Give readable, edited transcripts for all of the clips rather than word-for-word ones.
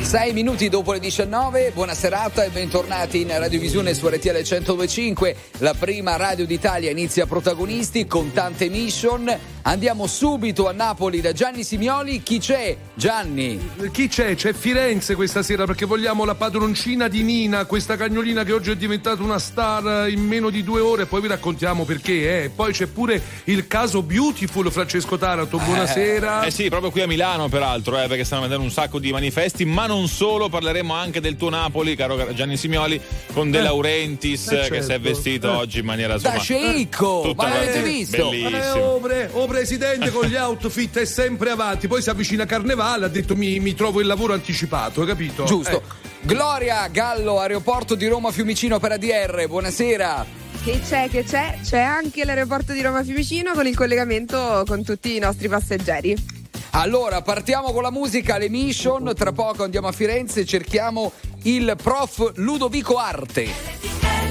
6 minuti dopo le 19, buona serata e bentornati in Radiovisione su RTL 102.5, la prima radio d'Italia inizia Protagonisti con tante mission. Andiamo subito a Napoli da Gianni Simioli. Chi c'è, Gianni? Chi c'è? C'è Firenze questa sera perché vogliamo la padroncina di Nina, questa cagnolina che oggi è diventata una star in meno di 2 ore, poi vi raccontiamo perché. Poi c'è pure il caso Beautiful, Francesco Taranto, buonasera. Sì, proprio qui a Milano peraltro, perché stanno vedendo un sacco di manifesti, ma non solo, parleremo anche del tuo Napoli, caro Gianni Simioli, con De Laurentiis certo. Che si è vestito oggi in maniera da sceicco, ma l'avete visto? Bellissimo. Presidente con gli outfit è sempre avanti, poi si avvicina Carnevale, ha detto mi trovo il lavoro anticipato, hai capito? Giusto. Gloria Gallo, aeroporto di Roma Fiumicino per ADR, buonasera. Che c'è anche l'aeroporto di Roma Fiumicino con il collegamento con tutti i nostri passeggeri. Allora, partiamo con la musica, le mission, tra poco andiamo a Firenze e cerchiamo il prof Ludovico Arte.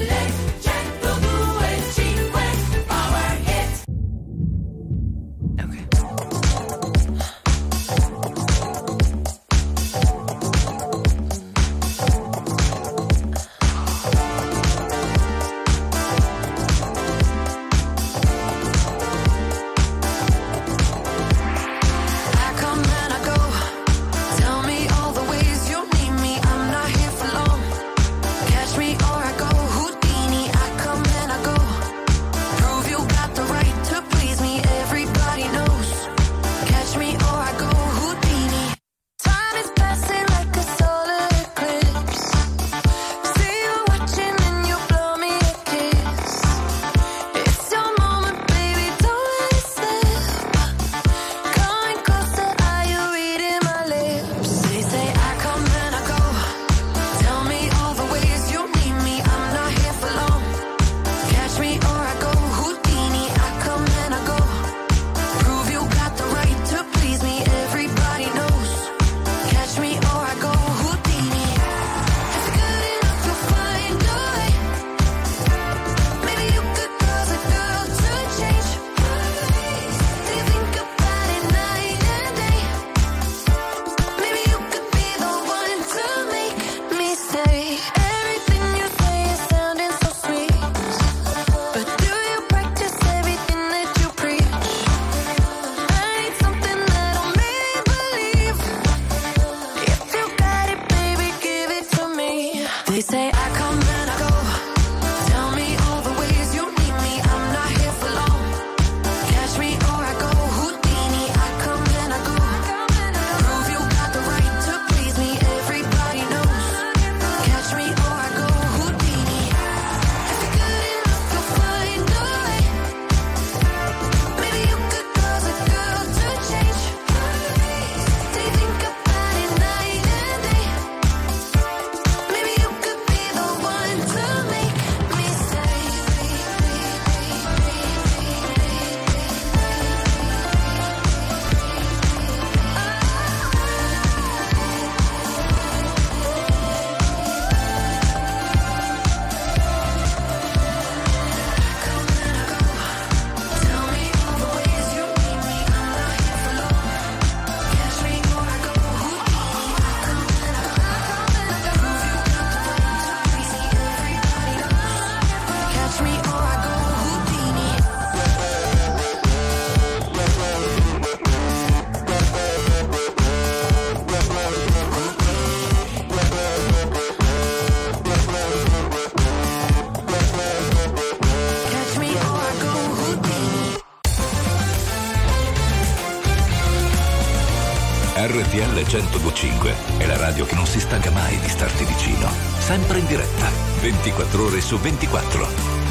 RTL 102.5 è la radio che non si stanca mai di starti vicino, sempre in diretta, 24 ore su 24.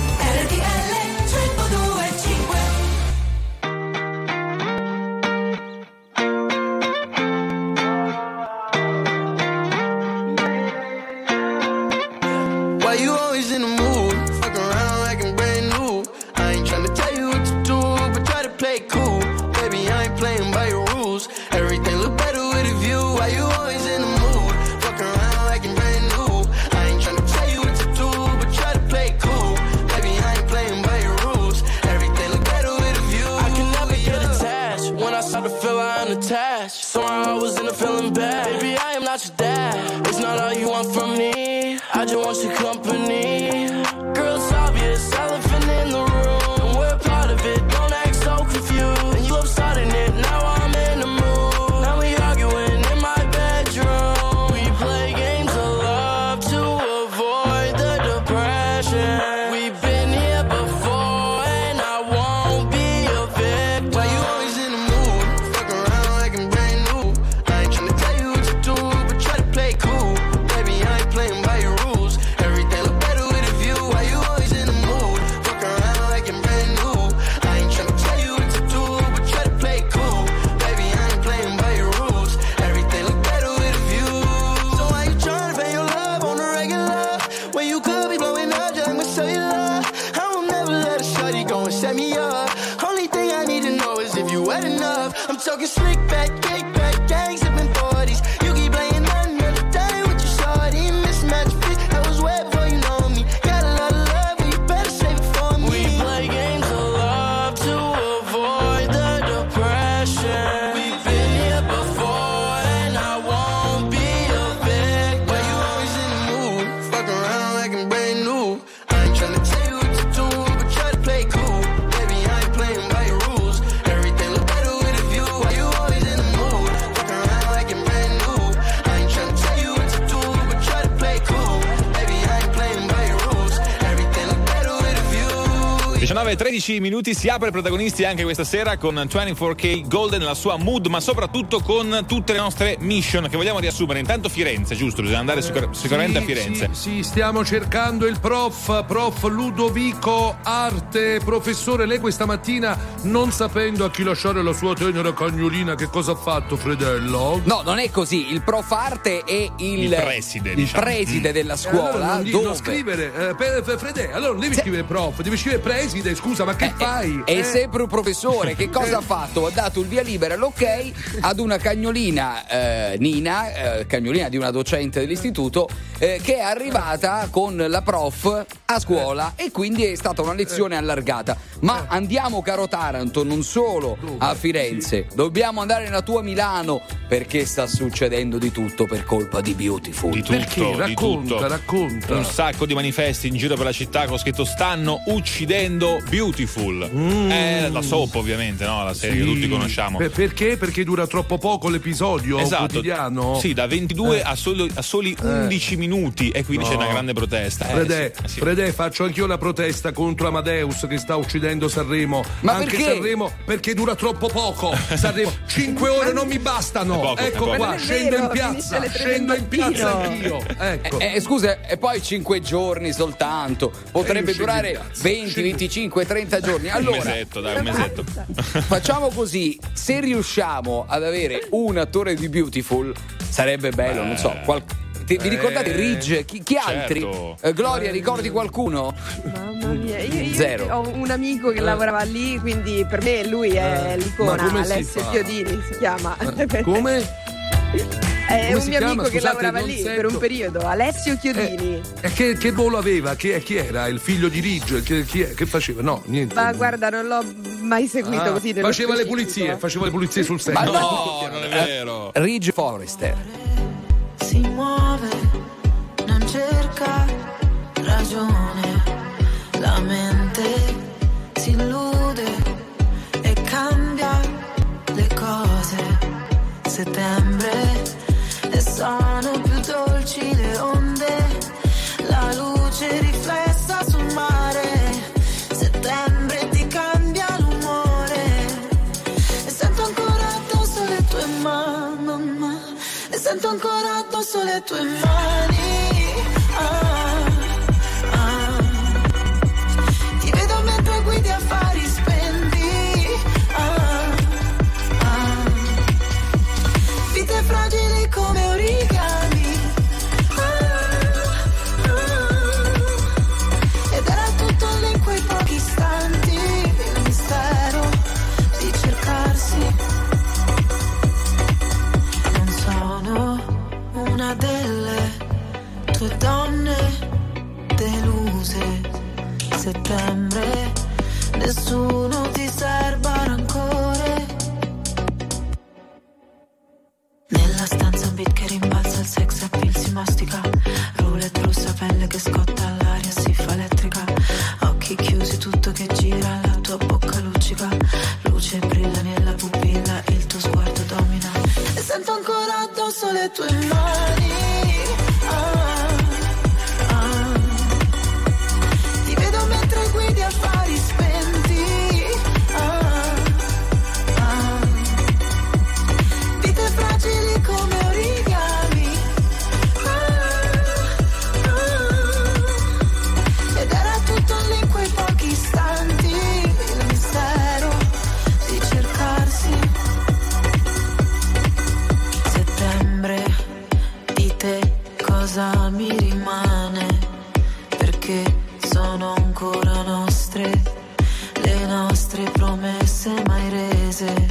RTL 102.5. Why you always in the mood? Fuck around like I'm brand new. I ain't tryna tell you what to do, but try to play it cool. Baby, I ain't playing by your rules. Everything look better with a view. Why you always in the mood? Fuck around like I'm brand new. I ain't tryna tell you what to do, but try to play it cool. Baby, I ain't playing by your rules. Everything look better with a view. I can never get attached. When I start to feel I'm attached, somehow I was in a feeling bad. Baby, I am not about your dad. It's not all you want from me. I just want your company. Girl, it's obvious, elephant in the room. And we're part of it, don't act so confused. And you up starting it, now I'm in the mood. Now we arguing in my bedroom. We play games of love to avoid the depression. We've been here before and I won't be a victim. Why you always in the mood? Fuck around like I'm brand new. I ain't tryna tell you what to do, but try to play cool. Baby, I ain't playing by your rules. Everything look better with a view. Why you always in the mood? Fuck around like I'm brand new. I ain't tryna tell you what to do, but try to play cool. Baby, I ain't playing by your rules. Everything look better with a view. So why you tryna pay your love on the regular when you could be blowing up just like my cellular? I will never let a shorty go and set me up. Only thing I need to know is if you wet enough. I'm talking slick back, kick back, gang sipping 40s. You keep playing another day with your shorty. Mismatch fit, that was wet before you know me. Got a lot of love, but you better save it for me. We play games of love to avoid the depression. We've been here before and I won't be a victim. Why you always in the mood? Fuck around like I'm brand new. I ain't tryna tell you what to do, but try to play cool. Baby, I ain't playing by your rules. Everything look better with a view. Why you always in the mood? Fuck around like I'm brand new. I ain't tryna tell you what to do, but try to play cool. Baby, I ain't playing by your rules. Everything look better with a view. 19:13 minuti, si apre Protagonisti anche questa sera con 24K Golden, la sua mood, ma soprattutto con tutte le nostre mission che vogliamo riassumere. Intanto Firenze, giusto? Bisogna andare sicuramente a Firenze. Sì, stiamo cercando il prof Ludovico Arte. Professore, lei questa mattina, non sapendo a chi lasciare la sua tenera cagnolina, che cosa ha fatto, Fredello? No, non è così. Il prof Arte è il preside, il diciamo. preside della scuola. Allora non scrivere Fredè, allora non devi scrivere prof, devi scrivere preside, scusa, ma che fai? È sempre un professore. Che cosa ha fatto? Ha dato il via libera, l'ok ad una cagnolina, Nina, cagnolina di una docente dell'istituto, che è arrivata con la prof a scuola e quindi è stata una lezione allargata. Ma andiamo, caro Taranto, non solo a Firenze, dobbiamo andare nella tua Milano, perché sta succedendo di tutto per colpa di Beautiful. Di tutto, Perché? Racconta. Un sacco di manifesti in giro per la città con scritto "stanno uccidendo Beautiful". La soap, ovviamente, no? La serie che tutti conosciamo. Perché? Perché dura troppo poco l'episodio quotidiano? Sì, da 22 a soli 11 minuti e quindi c'è una grande protesta. Fredè, faccio anch'io la protesta contro Amadeus che sta uccidendo Sanremo. Ma anche perché? Sanremo, perché dura troppo poco. Sanremo, 5 ore non mi bastano. È Ecco poco. qua, Non è scendo vero, in piazza. finisce Scendo in alle 3 del piazza mattino. anch'io. Ecco. Scusa, e poi 5 giorni soltanto. Potrebbe scendi in durare piazza. 20, 25, 30 giorni. Un Allora, mesetto, dai, un mesetto. facciamo così: se riusciamo ad avere un attore di Beautiful, sarebbe bello, non so. Vi ricordate Ridge? Chi altri? Gloria, ricordi qualcuno? Mamma mia, io Zero. ho un amico che lavorava lì, quindi per me lui è l'icona. Ma come si Alessio fa? Chiodini si chiama. Come? È Come un si mio chiama? amico che Scusate, lavorava non lì sento. per un periodo, Alessio Chiodini. E che ruolo aveva? Chi era? Il figlio di Ridge? Chi è? Che faceva? No, niente. Ma guarda, non l'ho mai seguito così. nello Faceva le specifico. pulizie sul set. Ma No, non è vero. Ridge Forrester. Si muove, non cerca ragione, la mente si illude e cambia le cose. Settembre e sono più dolci le onde, la luce riflessa sul mare. Settembre ti cambia l'umore e sento ancora addosso le tue mani, e sento ancora addosso le tue mani. Ti vedo mentre guidi affari spendi. Vite fragili come origami. Ed era tutto lì in quei pochi istanti, il mistero di cercarsi. Non sono una delle le tue mani. Ti vedo mentre guidi affari spenti. Vite fragili come origami. Ed era tutto lì in quei pochi istanti, il mistero di cercarsi. Settembre, di te cosa mi rimane? Perché sono ancora nostre, le nostre promesse mai rese.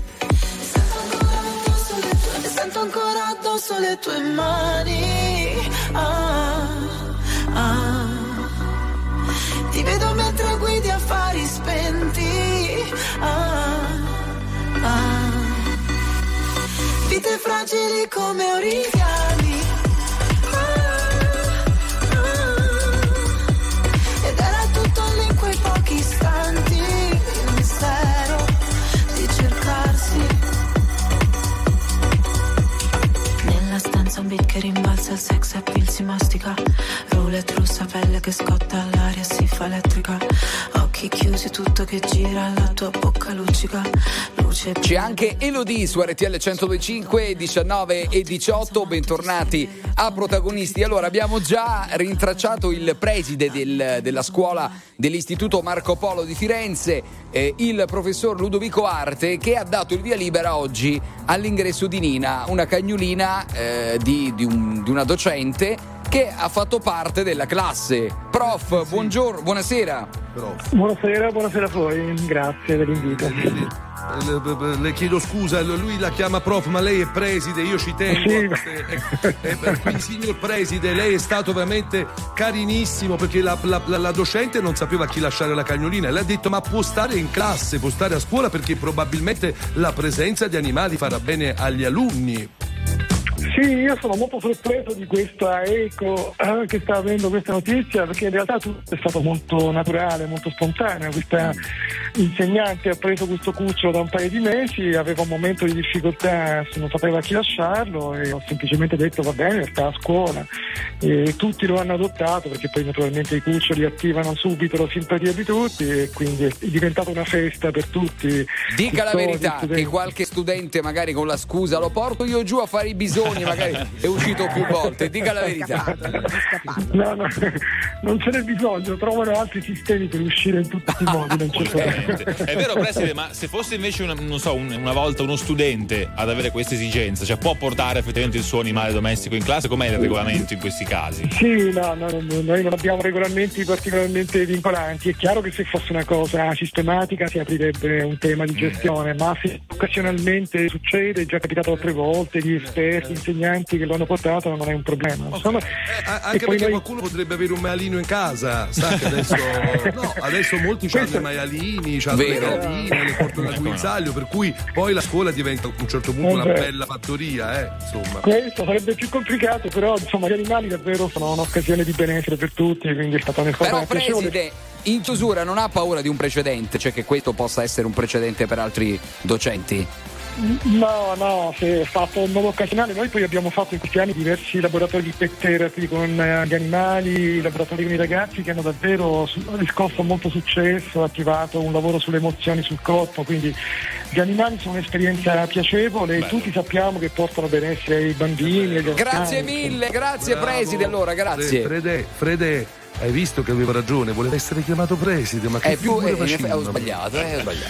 Sento ancora addosso le tue mani. Ti vedo mentre guidi affari spenti. Vite fragili come origami. Ed era tutto lì in quei pochi istanti, il mistero di cercarsi. Nella stanza un beat che rimbalza, il sex appeal si mastica. Roulette russa, pelle che scotta, l'aria si fa elettrica. Occhi chiusi, tutto che gira, la tua bocca luccica. Luce. C'è anche Elodie su RTL 102.5, 19 e 18. Bentornati a Protagonisti. Allora, abbiamo già rintracciato il preside della scuola dell'Istituto Marco Polo di Firenze, il professor Ludovico Arte, che ha dato il via libera oggi all'ingresso di Nina, una cagnolina di una docente che ha fatto parte della classe. Prof, buongiorno, buonasera. Buonasera a voi, grazie dell'invito. Le chiedo scusa, lui la chiama prof, ma lei è preside, io ci tengo. Sì. Quindi, signor preside, lei è stato veramente carinissimo, perché la docente non sapeva a chi lasciare la cagnolina e le ha detto: ma può stare in classe, può stare a scuola, perché probabilmente la presenza di animali farà bene agli alunni. Sì, io sono molto sorpreso di questa eco che sta avendo questa notizia, perché in realtà tutto è stato molto naturale, molto spontaneo. Questa insegnante ha preso questo cucciolo da un paio di mesi, aveva un momento di difficoltà, non sapeva a chi lasciarlo e ho semplicemente detto: va bene, sta a scuola. E tutti lo hanno adottato, perché poi naturalmente i cuccioli attivano subito la simpatia di tutti e quindi è diventata una festa per tutti. Dica la verità, che qualche studente magari con la scusa lo porto io giù a fare i bisogni, magari è uscito più volte. Dica la verità. No, non ce n'è bisogno, trovano altri sistemi per uscire in tutti i modi. Non c'è È vero, preside, ma se fosse invece una volta uno studente ad avere questa esigenza, cioè può portare effettivamente il suo animale domestico in classe? Com'è il regolamento in questi casi? Sì, no, noi non abbiamo regolamenti particolarmente vincolanti. È chiaro che se fosse una cosa sistematica si aprirebbe un tema di gestione, ma se occasionalmente succede, è già capitato altre volte, di esperti, insegnanti che lo hanno portato, non è un problema. Okay. Anche perché qualcuno potrebbe avere un maialino in casa, sa che adesso molti hanno i maialini, hanno le galline, le portano al guinzaglio, per cui poi la scuola diventa a un certo punto una bella fattoria, insomma. Questo sarebbe più complicato, però insomma gli animali davvero sono un'occasione di benessere per tutti, quindi è stata Però preside, in chiusura non ha paura di un precedente, cioè che questo possa essere un precedente per altri docenti? No, se è fatto un nuovo occasionale. Noi poi abbiamo fatto in questi anni diversi laboratori di pet therapy con gli animali, laboratori con i ragazzi che hanno davvero riscosso molto successo, attivato un lavoro sulle emozioni, sul corpo, quindi gli animali sono un'esperienza piacevole e tutti sappiamo che portano benessere ai bambini, agli anziani. Grazie mille, grazie. Bravo. Preside, allora, grazie. Frede, hai visto che aveva ragione, voleva essere chiamato preside, ma che figura faceva? Ho sbagliato.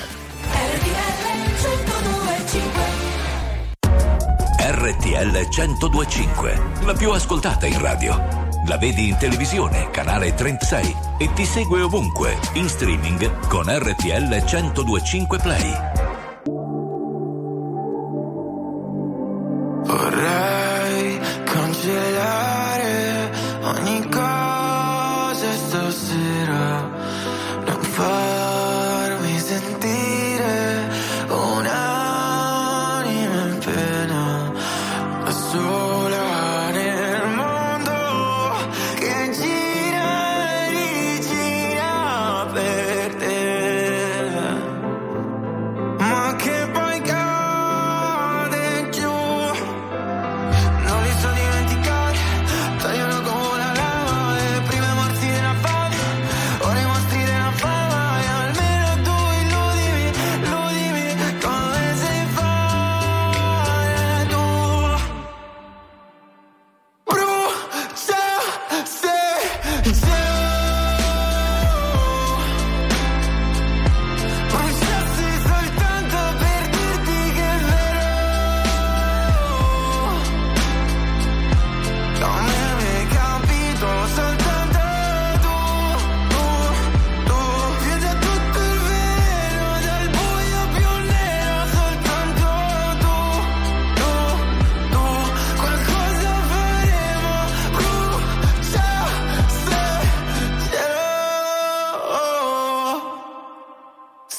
RTL 102.5, la più ascoltata in radio. La vedi in televisione, canale 36 e ti segue ovunque, in streaming con RTL 102.5 Play. Vorrei cancellare ogni cosa stasera, non farmi sentire un'anima in pena, da sola nel mondo che gira e rigira per te.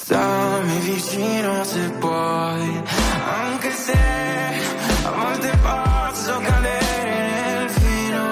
Stammi vicino se puoi, anche se a volte posso cadere nel filo.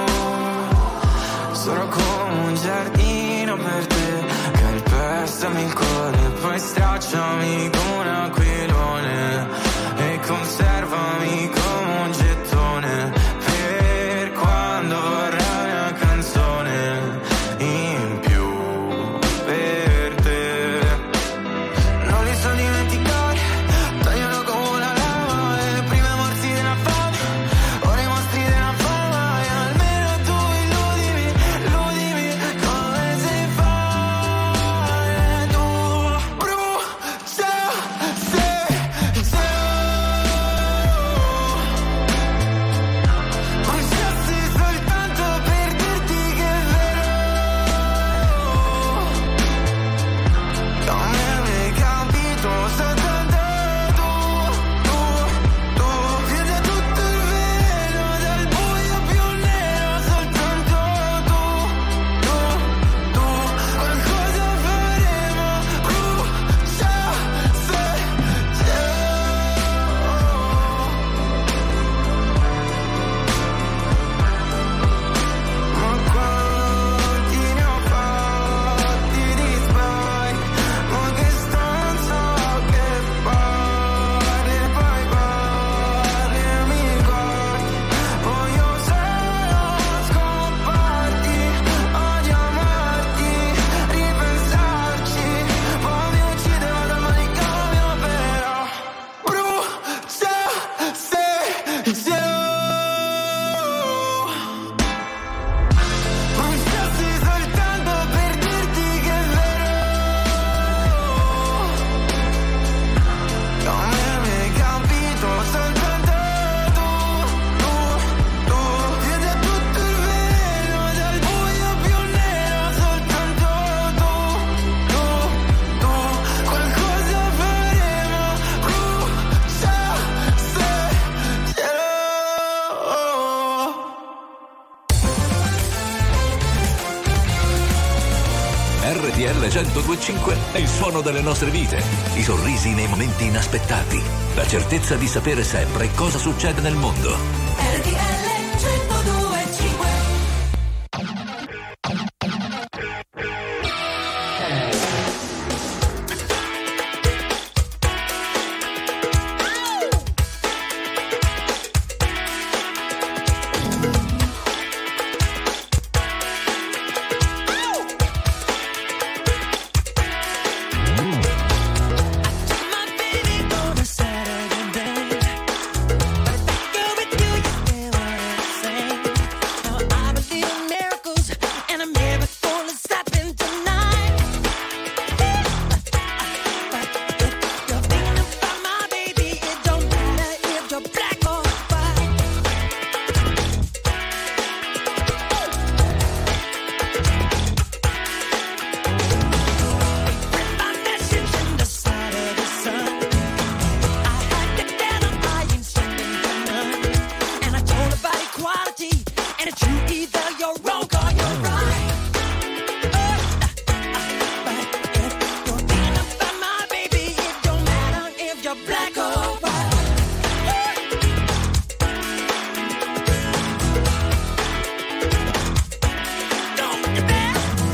Sono come un giardino per te, calpestami il cuore, poi stracciami come un aquilone e conservami come un gettone per quando vorrai una canzone in più per te. Non li so dimenticare, tagliano come una lama, le prime morsi della fame, ora i mostri della fama, e almeno tu illudimi, illudimi come si fa. Tu brucia se bruciassi soltanto per dirti che è vero, come avevi capito soltanto tu, chiede tutto il velo dal buio più nero, soltanto tu, qualcosa faremo, brucia se ma quanti ne ho fatti di sbagli, ma che stanza che parli e poi parli e mi guardi, voglio solo scopparti, odio amarti, ripensarci, poi mi uccide vado al manicomio però, brucia se bruciassi soltanto per dirti che è vero, come avevi capito soltanto tu, chiede tutto il velo dal buio più nero, soltanto tu, qualcosa faremo, brucia se RTL 102.5 è il suono delle nostre vite, i sorrisi nei momenti inaspettati, la certezza di sapere sempre cosa succede nel mondo. RTL 102.5. My baby on a Saturday night, girl with you, you feel what I'm saying. Now I believe in miracles, and a miracle is happening tonight. But if you're thinking about my baby, it don't matter if you're black or white. Read my message in the side of the sun. I had to get up, I ain't sending for none. And I told about equality, and it's you either you're wrong or you're right. But if you're thinking about my baby, it don't matter if you're black or white. Don't you dare.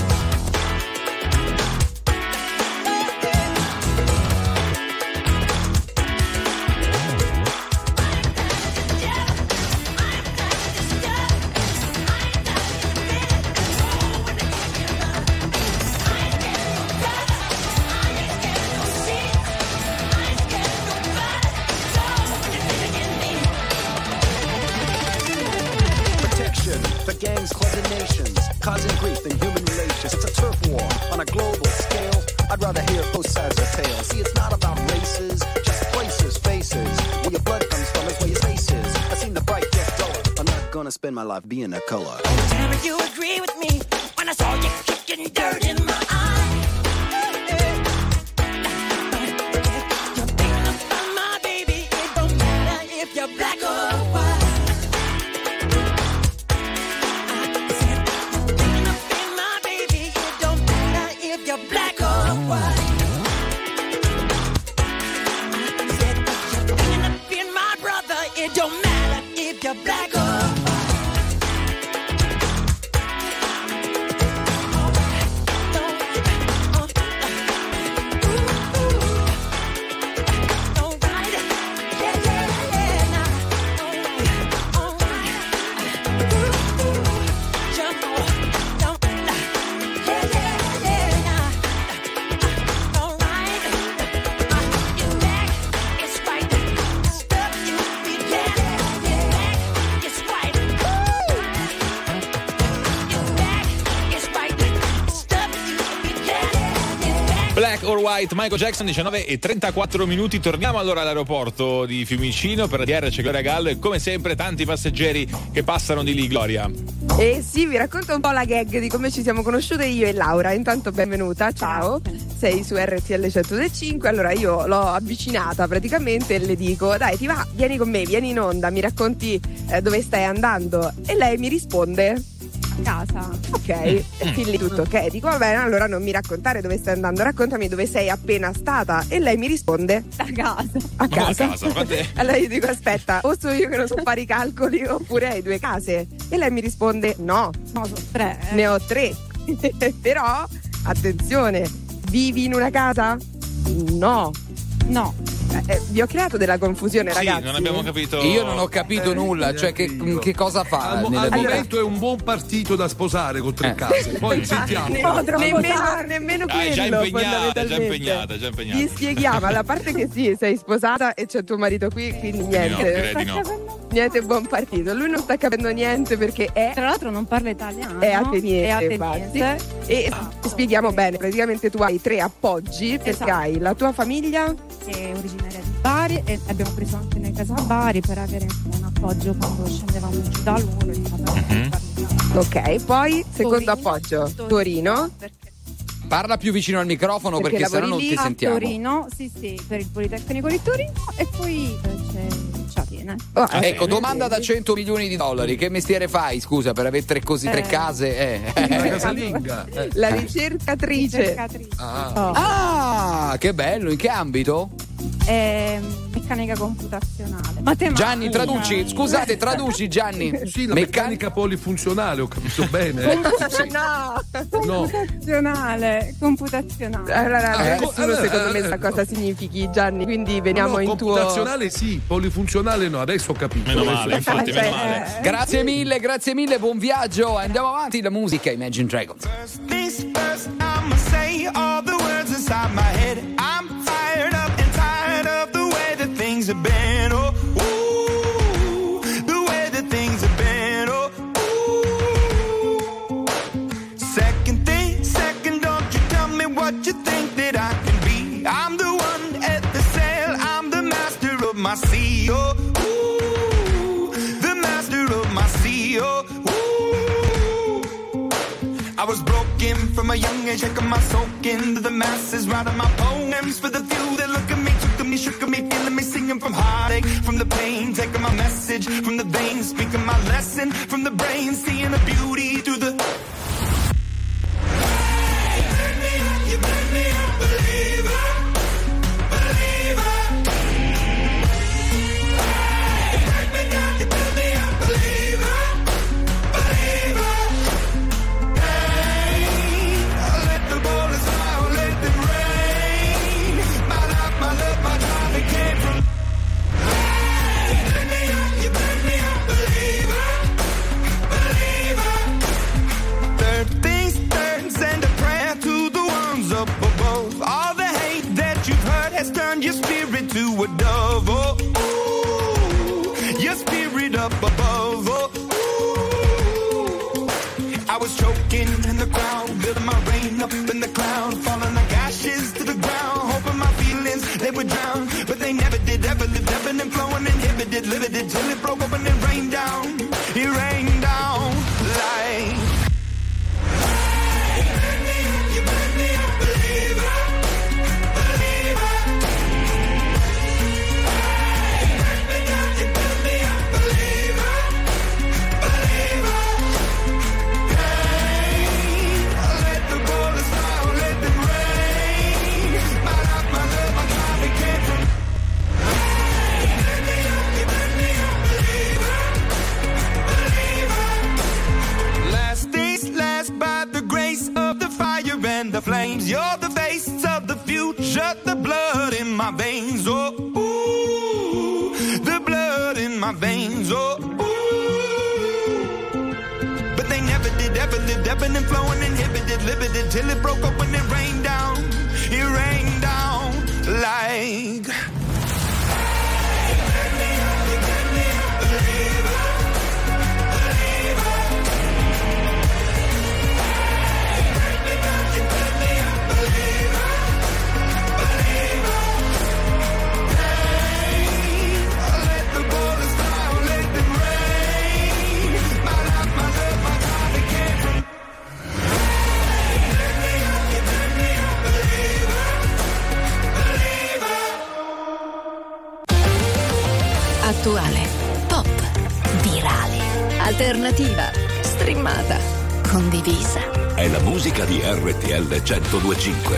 Protection for gangs causing nations, causing grief in human relations. It's a turf war on a global scale. I'd rather hear both sides of the tale. See, it's not about races, just places, faces. Where your blood comes from is where your space is. I've seen the bright get duller. I'm not gonna spend my life being a color. Tell me you agree with me when I saw you kicking dirt in my eye. You're thinking about my baby, it don't matter if you're black or white. I said, you're thinking about my baby, it don't matter if you're black or white. Black or White, Michael Jackson, 19:34. Torniamo allora all'aeroporto di Fiumicino per c'è Gloria Gallo e come sempre tanti passeggeri che passano di lì, Gloria. E sì, vi racconto un po' la gag di come ci siamo conosciute io e Laura. Intanto benvenuta, ciao. Sei su RTL 105. Allora io l'ho avvicinata praticamente e le dico: dai, ti va, vieni con me, vieni in onda, mi racconti dove stai andando. E lei mi risponde: casa. Ok, e fin lì tutto ok. Dico va bene, allora non mi raccontare dove stai andando, raccontami dove sei appena stata. E lei mi risponde: a casa. A casa. Allora io dico: aspetta, o sono io che non so fare i calcoli oppure hai 2 case? E lei mi risponde: no, sono 3. Ne ho 3. Però attenzione, vivi in una casa? No. Vi ho creato della confusione, ragazzi. Sì, non abbiamo capito. Io non ho capito nulla, cioè che cosa fa? Al momento è un buon partito da sposare con 3 case. Poi sentiamo. Nemmeno quello. Già impegnata. Ti spieghiamo, alla parte che sì, sei sposata e c'è tuo marito qui, quindi niente. Niente buon partito. Lui non sta capendo niente perché tra l'altro non parla italiano. È ateniese. E spieghiamo bene, praticamente tu hai 3 appoggi perché hai la tua famiglia che è originaria di Bari e abbiamo preso anche una casa a Bari per avere un appoggio quando scendevamo giù da loro. Ok, poi secondo appoggio Torino. Parla più vicino al microfono perché sennò non ti sentiamo. Torino, sì, per il Politecnico di Torino e poi c'è Atene. Ecco, domanda da $100 milioni. Che mestiere fai, scusa, per avere 3 case? La casalinga. La ricercatrice. Ah, che bello, in che ambito? Meccanica computazionale. Matematica. Gianni, traduci, traduci Gianni. Sì, la meccanica polifunzionale, ho capito bene. Computazionale. Allora, nessuno secondo me sa cosa significhi, Gianni, quindi veniamo in tuo... Computazionale sì, polifunzionale no, adesso ho capito. Meno male. Grazie mille, buon viaggio. Andiamo avanti, la musica Imagine Dragons. First, I'ma say all the words inside my head. I'm fired up and tired of the way that things have been. Oh, ooh, the way that things have been. Oh, ooh. Second, don't you tell me what you think that I can be. I'm the one at the sail, I'm the master of my sea. Oh, ooh, the master of my sea. Oh, ooh. I was broken from a young age, shaking my soul into the masses, writing my poems for the few that look at me, took at me, shook at me, feeling me, singing from heartache, from the pain, taking my message from the veins, speaking my lesson from the brain, seeing the beauty through the... You make me a believer, believer. You break me down, you build me a believer, believer. Let the bullets fly, let them rain. My life, my love, my drive, it came from. You make me a believer, believer. Third things third, send a prayer to the ones up above. All the hate that you've heard has turned your spirit to a dove. Oh, ooh, your spirit up above. Oh, ooh. I was choking in the crowd, building my rain up in the cloud, falling like ashes to the ground, hoping my feelings they would drown, but they never did. Ever lived, ebbing and flowing, inhibited, limited, till it broke up and it rained down. It rained down like. You make me a believer, believer. You break me down, you build me a believer, believer. Let the bullets fly, let them rain. My life, my love, my drive, it came from. You make me a believer, believer. Last things last, by the grace of the fire and the flames. You're the face of the future, the blood in my veins. Oh, ooh, the blood in my veins. Oh, ooh. But they never did, ever lived, ebbing and flowing, inhibited, limited, till it broke up when it rained down. It rained down like. attuale, pop, virale, alternativa, streamata, condivisa. È la musica di RTL 102.5.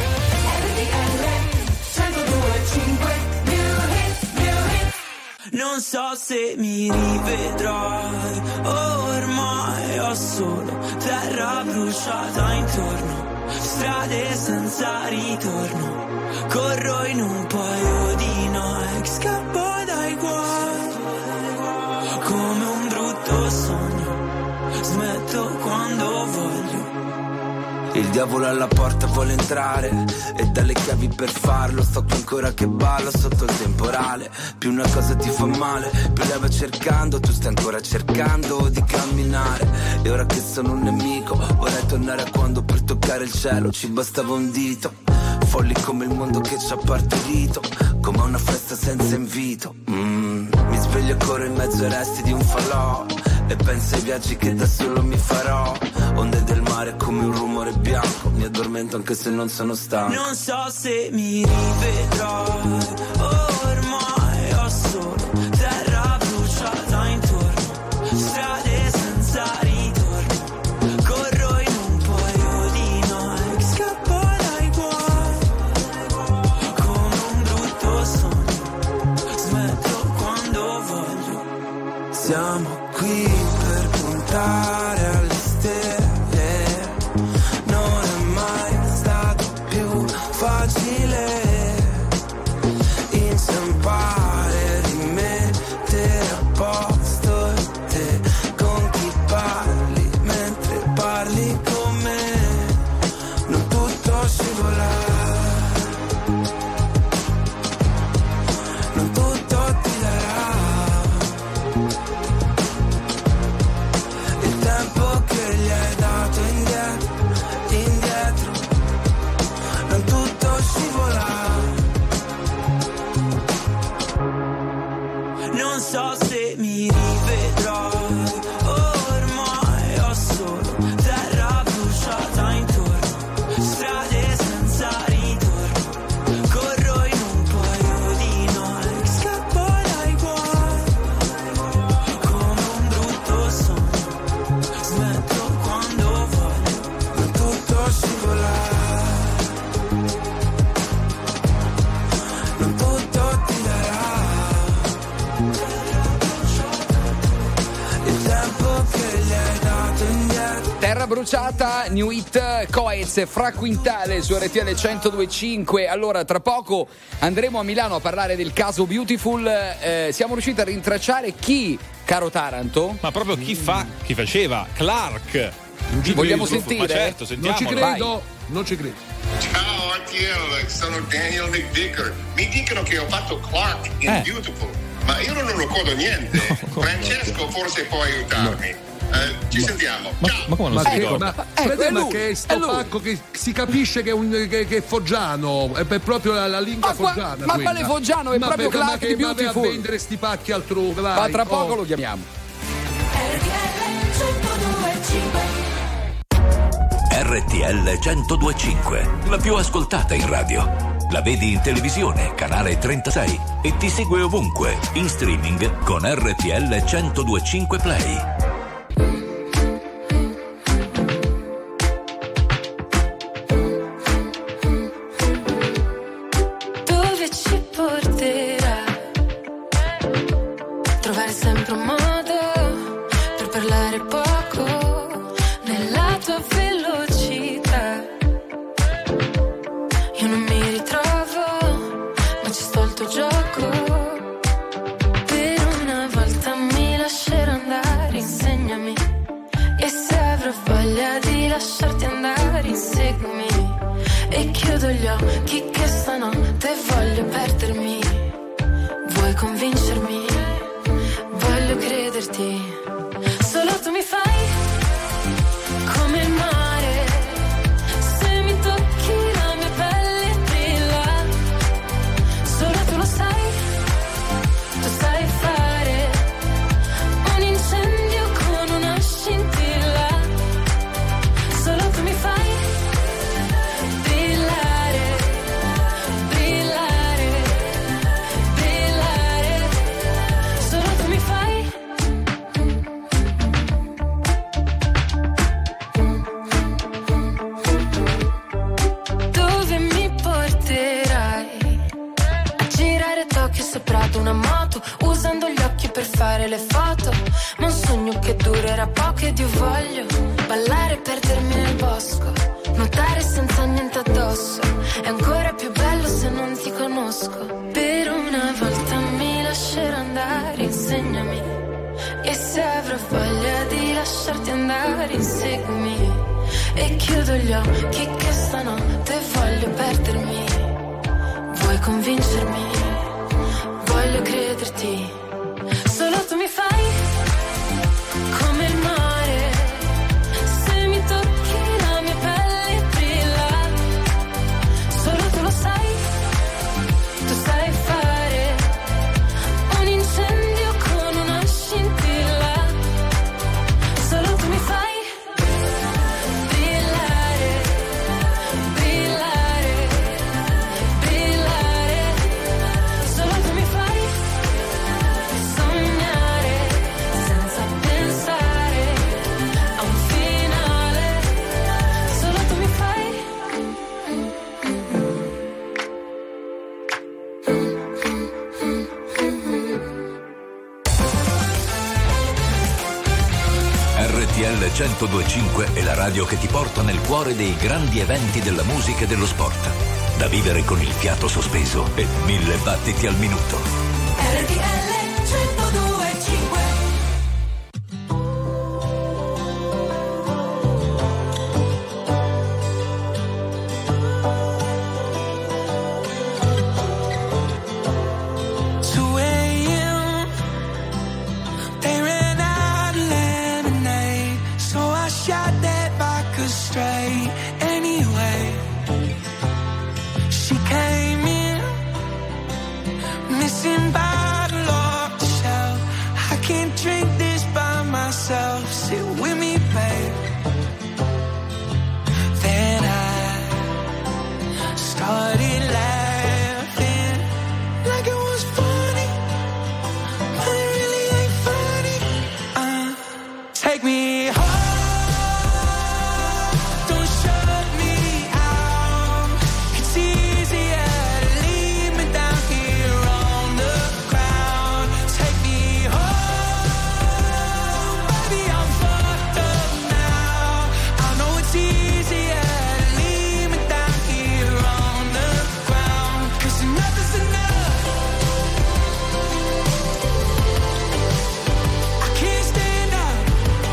Non so se mi rivedrai, ormai ho solo terra bruciata intorno, strade senza ritorno, corro in un paio di Nike, scappo dai guai, come un brutto sogno, smetto quando voglio. Il diavolo alla porta vuole entrare e dalle chiavi per farlo. Sto qui ancora che ballo sotto il temporale. Più una cosa ti fa male, più la vai cercando. Tu stai ancora cercando di camminare. E ora che sono un nemico vorrei tornare a quando per toccare il cielo ci bastava un dito. Folli come il mondo che ci ha partorito, come una festa senza invito. Mi sveglio e corro in mezzo ai resti di un falò e penso ai viaggi che da solo mi farò. Onde del mare come un rumore bianco, mi addormento anche se non sono stanco. Non so se mi rivedrai, ormai ho solo terra bruciata intorno, strade senza ritorno, corro in un paio di Nike, scappo dai guai, come un brutto sogno, smetto quando voglio. Siamo qui per puntare alle stelle. Non è mai stato più facile inciampare, rimettere a posto te con chi parli mentre parli con me. Non tutto scivola, non tutto ti darà il tempo che gli hai dato indietro, indietro. Non tutto scivola. Non so se mi rivedrai, ormai ho solo terra bruciata intorno, strade senza ritorno, corro in un paio di Nike, scappo dai guai, come un brutto sogno, smetto quando voglio. Non tutto scivola, non tutto ti darà il tempo che gli hai dato indietro. Terra bruciata, New Hit, Coez, Fra Quintale su RTL 102.5. Allora, tra poco andremo a Milano a parlare del caso Beautiful. Siamo riusciti a rintracciare chi, caro Taranto? Ma proprio chi faceva? Clark. Vogliamo sentire? Ma certo, sentiamolo. Non ci credo, non ci credo. Ciao RTL, sono Daniel McDicker. Mi dicono che ho fatto Clark in Beautiful, ma io non ricordo niente. Francesco forse può aiutarmi. Ci sentiamo. Ma come non si ricorda? Ma che è sto pacco che si capisce che è foggiano, è proprio la lingua foggiana. Ma quale foggiano? È proprio Clark di Beautiful. Ma a vendere sti pacchi altrove, vai. Ma tra poco lo chiamiamo. RTL 102.5, la più ascoltata in radio. La vedi in televisione, canale 36 e ti segue ovunque, in streaming con RTL 102.5 Play. Dove ci porterà? Trovare sempre un modo per parlare poco nella tua velocità. Io non mi ritrovo, ma ci sto al tuo gioco. Per una volta mi lascerò andare, insegnami. E se avrò voglia di lasciarti andare, inseguimi. E chiudo gli occhi che stanotte voglio perdermi. Vuoi convincermi? Voglio crederti. Solo tu mi fai come il mare. Se mi tocchi la mia pelle brilla. Solo tu lo sai. Tu sai fare un incendio con una scintilla. Solo tu mi fai brillare, brillare, brillare. Solo tu una moto, usando gli occhi per fare le foto. Ma un sogno che durerà poco ed io voglio ballare e perdermi nel bosco, nuotare senza niente addosso. È ancora più bello se non ti conosco. Per una volta mi lascerò andare, insegnami. E se avrò voglia di lasciarti andare, inseguimi. E chiudo gli occhi che stanotte voglio perdermi. Vuoi convincermi? Voglio crederti. Solo tu mi fai come il mare. Se mi tocchi la mia pelle brilla. Solo tu lo sai. Tu sai fare un incendio con una scintilla. Solo tu mi fai brillare, brillare, brillare. Solo tu mi fai sognare senza pensare a un finale. Solo tu mi fai. RTL 102.5 è la radio che ti porta nel cuore dei grandi eventi della musica e dello sport. Da vivere con il fiato sospeso e 1000 battiti al minuto. RTL 102.5. They ran out of lemonade, so I shot that vodka straight. Anyway, she came in, missing bottle off the shelf. I can't drink this by myself. Sit with me, babe. Then I started laughing like it was funny, but it really ain't funny. Take me home. Don't shut me out. It's easier to leave me down here on the ground. Take me home, baby, I'm fucked up now. I know it's easier to leave me down here on the ground. 'Cause enough is enough. I can't stand up.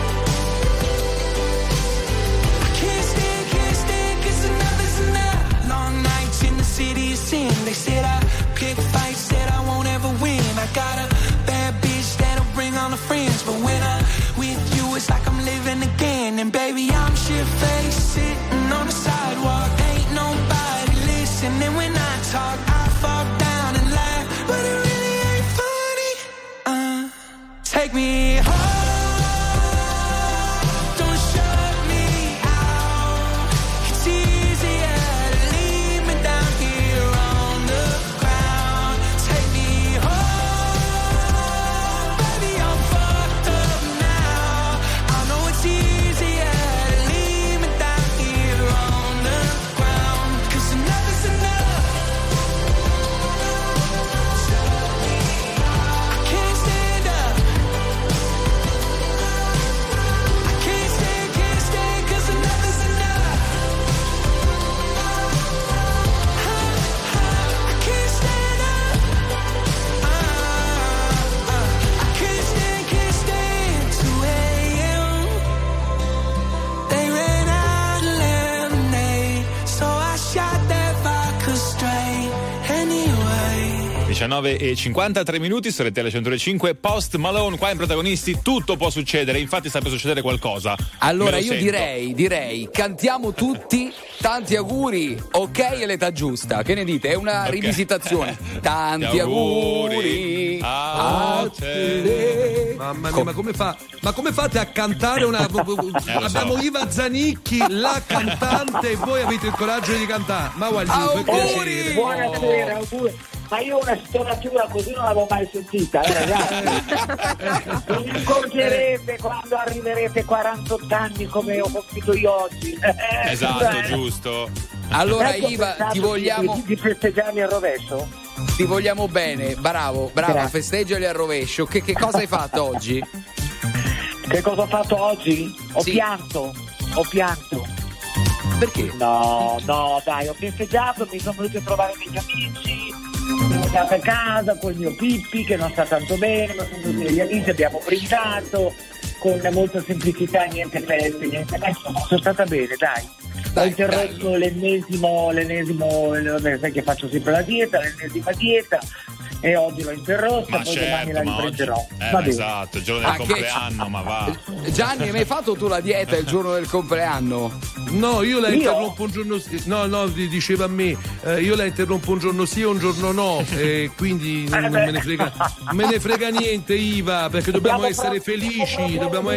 I can't stand, 'cause enough is enough. Long nights in the city of sin. They said I pick fights, said I won't ever win. I got a bad bitch that'll bring all the friends. But when I'm with you, it's like I'm living again. And baby, I'm shit-faced, sitting on the sidewalk. Ain't nobody listening when I talk. I fall down and laugh, but it really ain't funny. Take me home. Don't shut me out. It's easier to leave me down here on the ground. Take me home, baby, I'm fucked up now. I know it's easier to leave me down here on the ground. 'Cause enough is enough. I can't stand up. I can't stand, 'cause enough is enough. I can't stand up. I can't stand. 2 a.m. They ran out of lemonade, so I shot that vodka straight. Anyway. 19:53 minuti su RTL 105. Post Malone qua in Protagonisti. Tutto può succedere, infatti sta per succedere qualcosa. Allora Me lo io sento. direi cantiamo tutti tanti auguri, ok, è l'età giusta, che ne dite? È una rivisitazione. Tanti auguri a te. Mamma mia, ma come fate a cantare una. Abbiamo Iva Zanicchi, la cantante, e voi avete il coraggio di cantare. Ma guardi, per piacere. Buonasera, auguri. Ma io una stonatura così non l'avevo mai sentita, ragazzi. Mi accorgerete quando arriverete 48 anni come ho compiuto io oggi. Esatto, giusto. Allora Ecco, Iva, pensavo ti vogliamo di festeggiarmi al rovescio? Ti vogliamo bene, bravo, Grazie. festeggiali al rovescio. Che cosa hai fatto oggi? Che cosa ho fatto oggi? Ho Sì. pianto. Perché? No, dai, ho festeggiato, mi sono venuti a trovare degli amici, sono andata a casa con il mio Pippi che non sta tanto bene, ma sono venuti degli amici, abbiamo brindato con molta semplicità, niente feste, niente, ma insomma sono stata bene, dai. Ho interrotto l'ennesimo, sai che faccio sempre la dieta, l'ennesima dieta, e oggi l'ho interrotta, Ma poi domani la certo, ma oggi riprenderò. Va bene. esatto, il giorno del compleanno, ma va. Gianni, hai mai fatto tu la dieta il giorno del compleanno? No, io la interrompo un giorno sì. No, diceva a me, io la interrompo un giorno sì e un giorno no, e quindi non me ne frega niente, Iva, perché dobbiamo essere felici, dobbiamo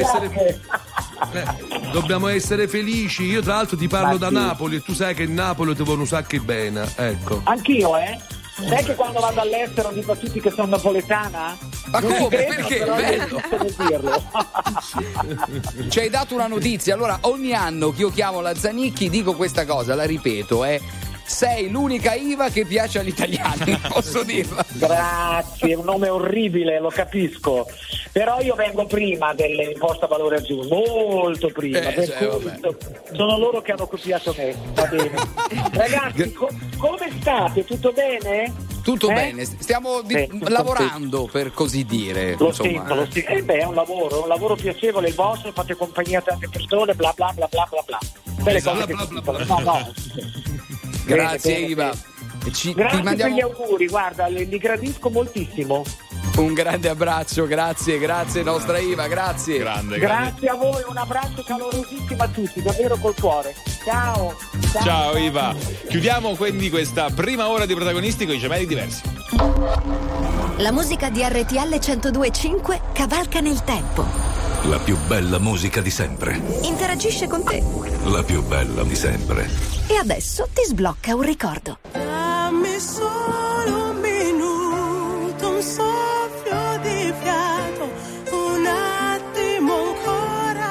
essere felici. Io tra l'altro ti parlo da Napoli e tu sai che in Napoli ti vogliono sacchi bene, ecco. Anch'io, sai che quando vado all'estero dico a tutti che sono napoletana? Ma Non come? credo, Perché? però Bello. devo dirlo. Ci hai dato una notizia. Allora, ogni anno che io chiamo la Zanicchi dico questa cosa, la ripeto, sei l'unica Iva che piace agli italiani, posso dirla. Grazie, è un nome orribile, lo capisco. Però io vengo prima dell'imposta valore aggiunto, molto prima, per cui sono loro che hanno copiato me, va bene. Ragazzi, come state? Tutto bene? Tutto bene, stiamo lavorando, per così dire. Lo sento. È un lavoro piacevole il vostro, fate compagnia a tante persone, bla bla bla bla bla bla. Belle cose che si dicono. No. Grazie Bene, Iva. Grazie ti mandiamo per gli auguri, guarda, li gradisco moltissimo. un grande abbraccio, grazie nostra Iva, grazie. Grazie a voi, un abbraccio calorosissimo a tutti, davvero col cuore. Ciao. Ciao Iva. Chiudiamo quindi questa prima ora di Protagonisti con i gemelli diversi. La musica di RTL 102.5 cavalca nel tempo. La più bella musica di sempre. Interagisce con te. La più bella di sempre. E adesso ti sblocca un ricordo. Dammi solo un minuto, un soffio di fiato, un attimo ancora.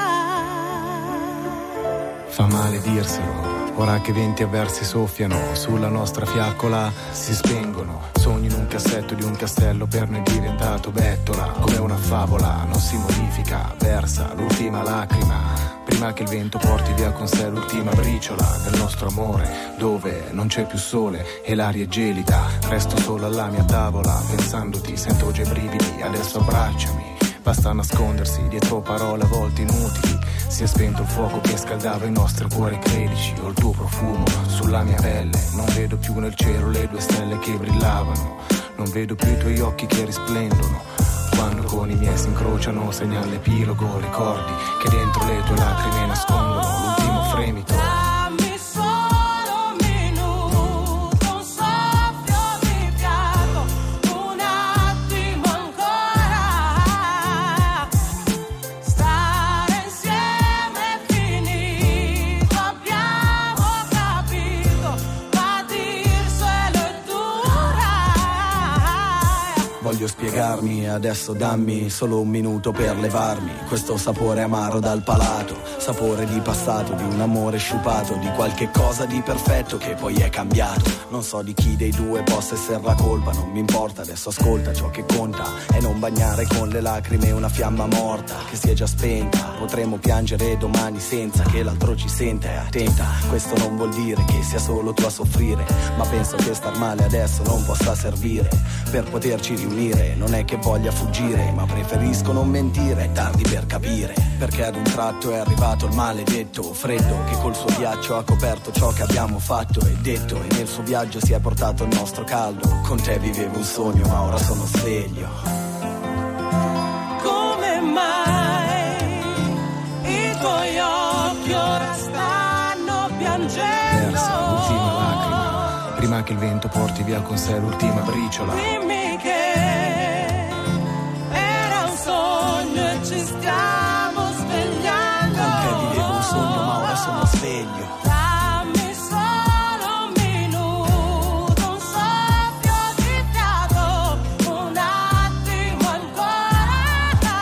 Fa male dirselo, ora che venti avversi soffiano sulla nostra fiaccola, si spengono. Sogni in un cassetto di un castello per noi diventato bettola. Come una favola, non si modifica, versa l'ultima lacrima. Prima che il vento porti via con sé l'ultima briciola del nostro amore, dove non c'è più sole e l'aria è gelida. Resto solo alla mia tavola, pensandoti, sento già i brividi, adesso abbracciami. Basta nascondersi dietro parole a volte inutili. Si è spento il fuoco che scaldava i nostri cuori, credici. Ho il tuo profumo sulla mia pelle. Non vedo più nel cielo le due stelle che brillavano. Non vedo più i tuoi occhi che risplendono. Quando con i miei si incrociano segna l'epilogo. Ricordi che dentro le tue lacrime nascondono l'ultimo fremito. Dammi solo un minuto, un soffio di fiato, un attimo ancora. Stare insieme è finito, abbiamo capito, ma dirselo è dura. Voglio spiegarmi, adesso dammi solo un minuto per levarmi questo sapore amaro dal palato, sapore di passato, di un amore sciupato, di qualche cosa di perfetto che poi è cambiato. Non so di chi dei due possa essere la colpa, non mi importa, adesso ascolta, ciò che conta è non bagnare con le lacrime una fiamma morta che si è già spenta. Potremmo piangere domani senza che l'altro ci senta, e attenta, questo non vuol dire che sia solo tu a soffrire, ma penso che star male adesso non possa servire per poterci riunire. Non è che voglia fuggire, ma preferisco non mentire, è tardi per capire, perché ad un tratto è arrivato il maledetto freddo che col suo ghiaccio ha coperto ciò che abbiamo fatto e detto, e nel suo viaggio si è portato il nostro caldo. Con te vivevo un sogno, ma ora sono sveglio. Come mai i tuoi occhi ora stanno piangendo? Versa l'ultima lacrima, prima che il vento porti via con sé l'ultima briciola. Dimmi che era un sogno e ci stiamo svegliando. Con te vivevo un sogno, ma ora sono sveglio. Dammi solo un minuto, un soffio di fiato, un attimo ancora.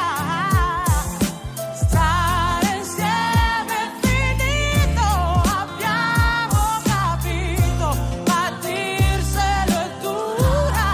Stare insieme è finito, abbiamo capito, ma dirselo è dura.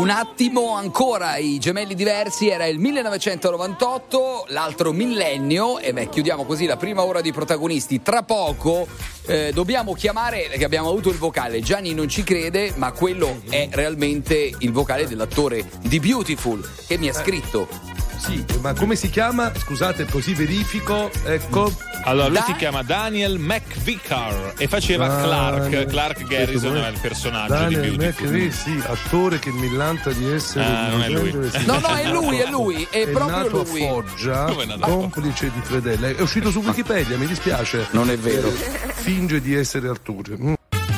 un attimo ancora i gemelli diversi, era il 1998, l'altro millennio, e chiudiamo così la prima ora di protagonisti. Tra poco dobbiamo chiamare, che abbiamo avuto il vocale, Gianni non ci crede, ma quello è realmente il vocale dell'attore di Beautiful, che mi ha scritto. Sì, ma come si chiama? Scusate, così verifico, ecco. Allora, lui si chiama Daniel McVicar e faceva Clark Garrison, era il personaggio Daniel di Beautiful. sì, attore che millanta di essere non è lui. No, è lui, è proprio nato lui. A Foggia, complice di Fredella. È uscito su Wikipedia, mi dispiace. Non è vero. Finge di essere attore.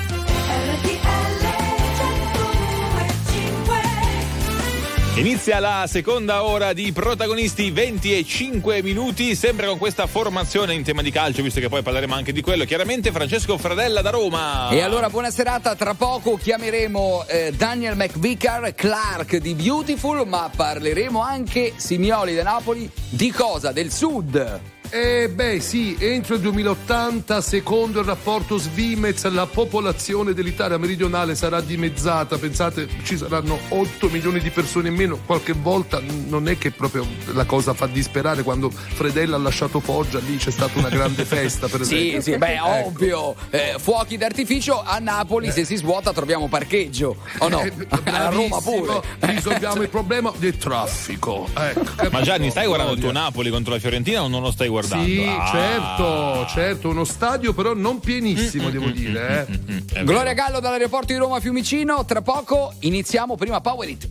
Inizia la seconda ora di protagonisti, 25 minuti, sempre con questa formazione in tema di calcio, visto che poi parleremo anche di quello. Chiaramente Francesco Fradella da Roma. E allora buona serata, tra poco chiameremo Daniel McVicar, Clark di Beautiful, ma parleremo anche, Simioli da Napoli, di cosa? Del Sud. Sì, entro il 2080, secondo il rapporto Svimez, la popolazione dell'Italia meridionale sarà dimezzata. Pensate, ci saranno 8 milioni di persone in meno. Qualche volta non è che proprio la cosa fa disperare. Quando Fredella ha lasciato Foggia, lì c'è stata una grande festa, per esempio. Sì, ovvio. Fuochi d'artificio a Napoli, se si svuota troviamo parcheggio. O no? A Roma pure. Risolviamo il problema del traffico. Ma Gianni, stai guardando il tuo Napoli contro la Fiorentina o non lo stai guardando? Sì, certo, uno stadio però non pienissimo, devo dire. Gloria Gallo dall'aeroporto di Roma Fiumicino, tra poco iniziamo prima Power It.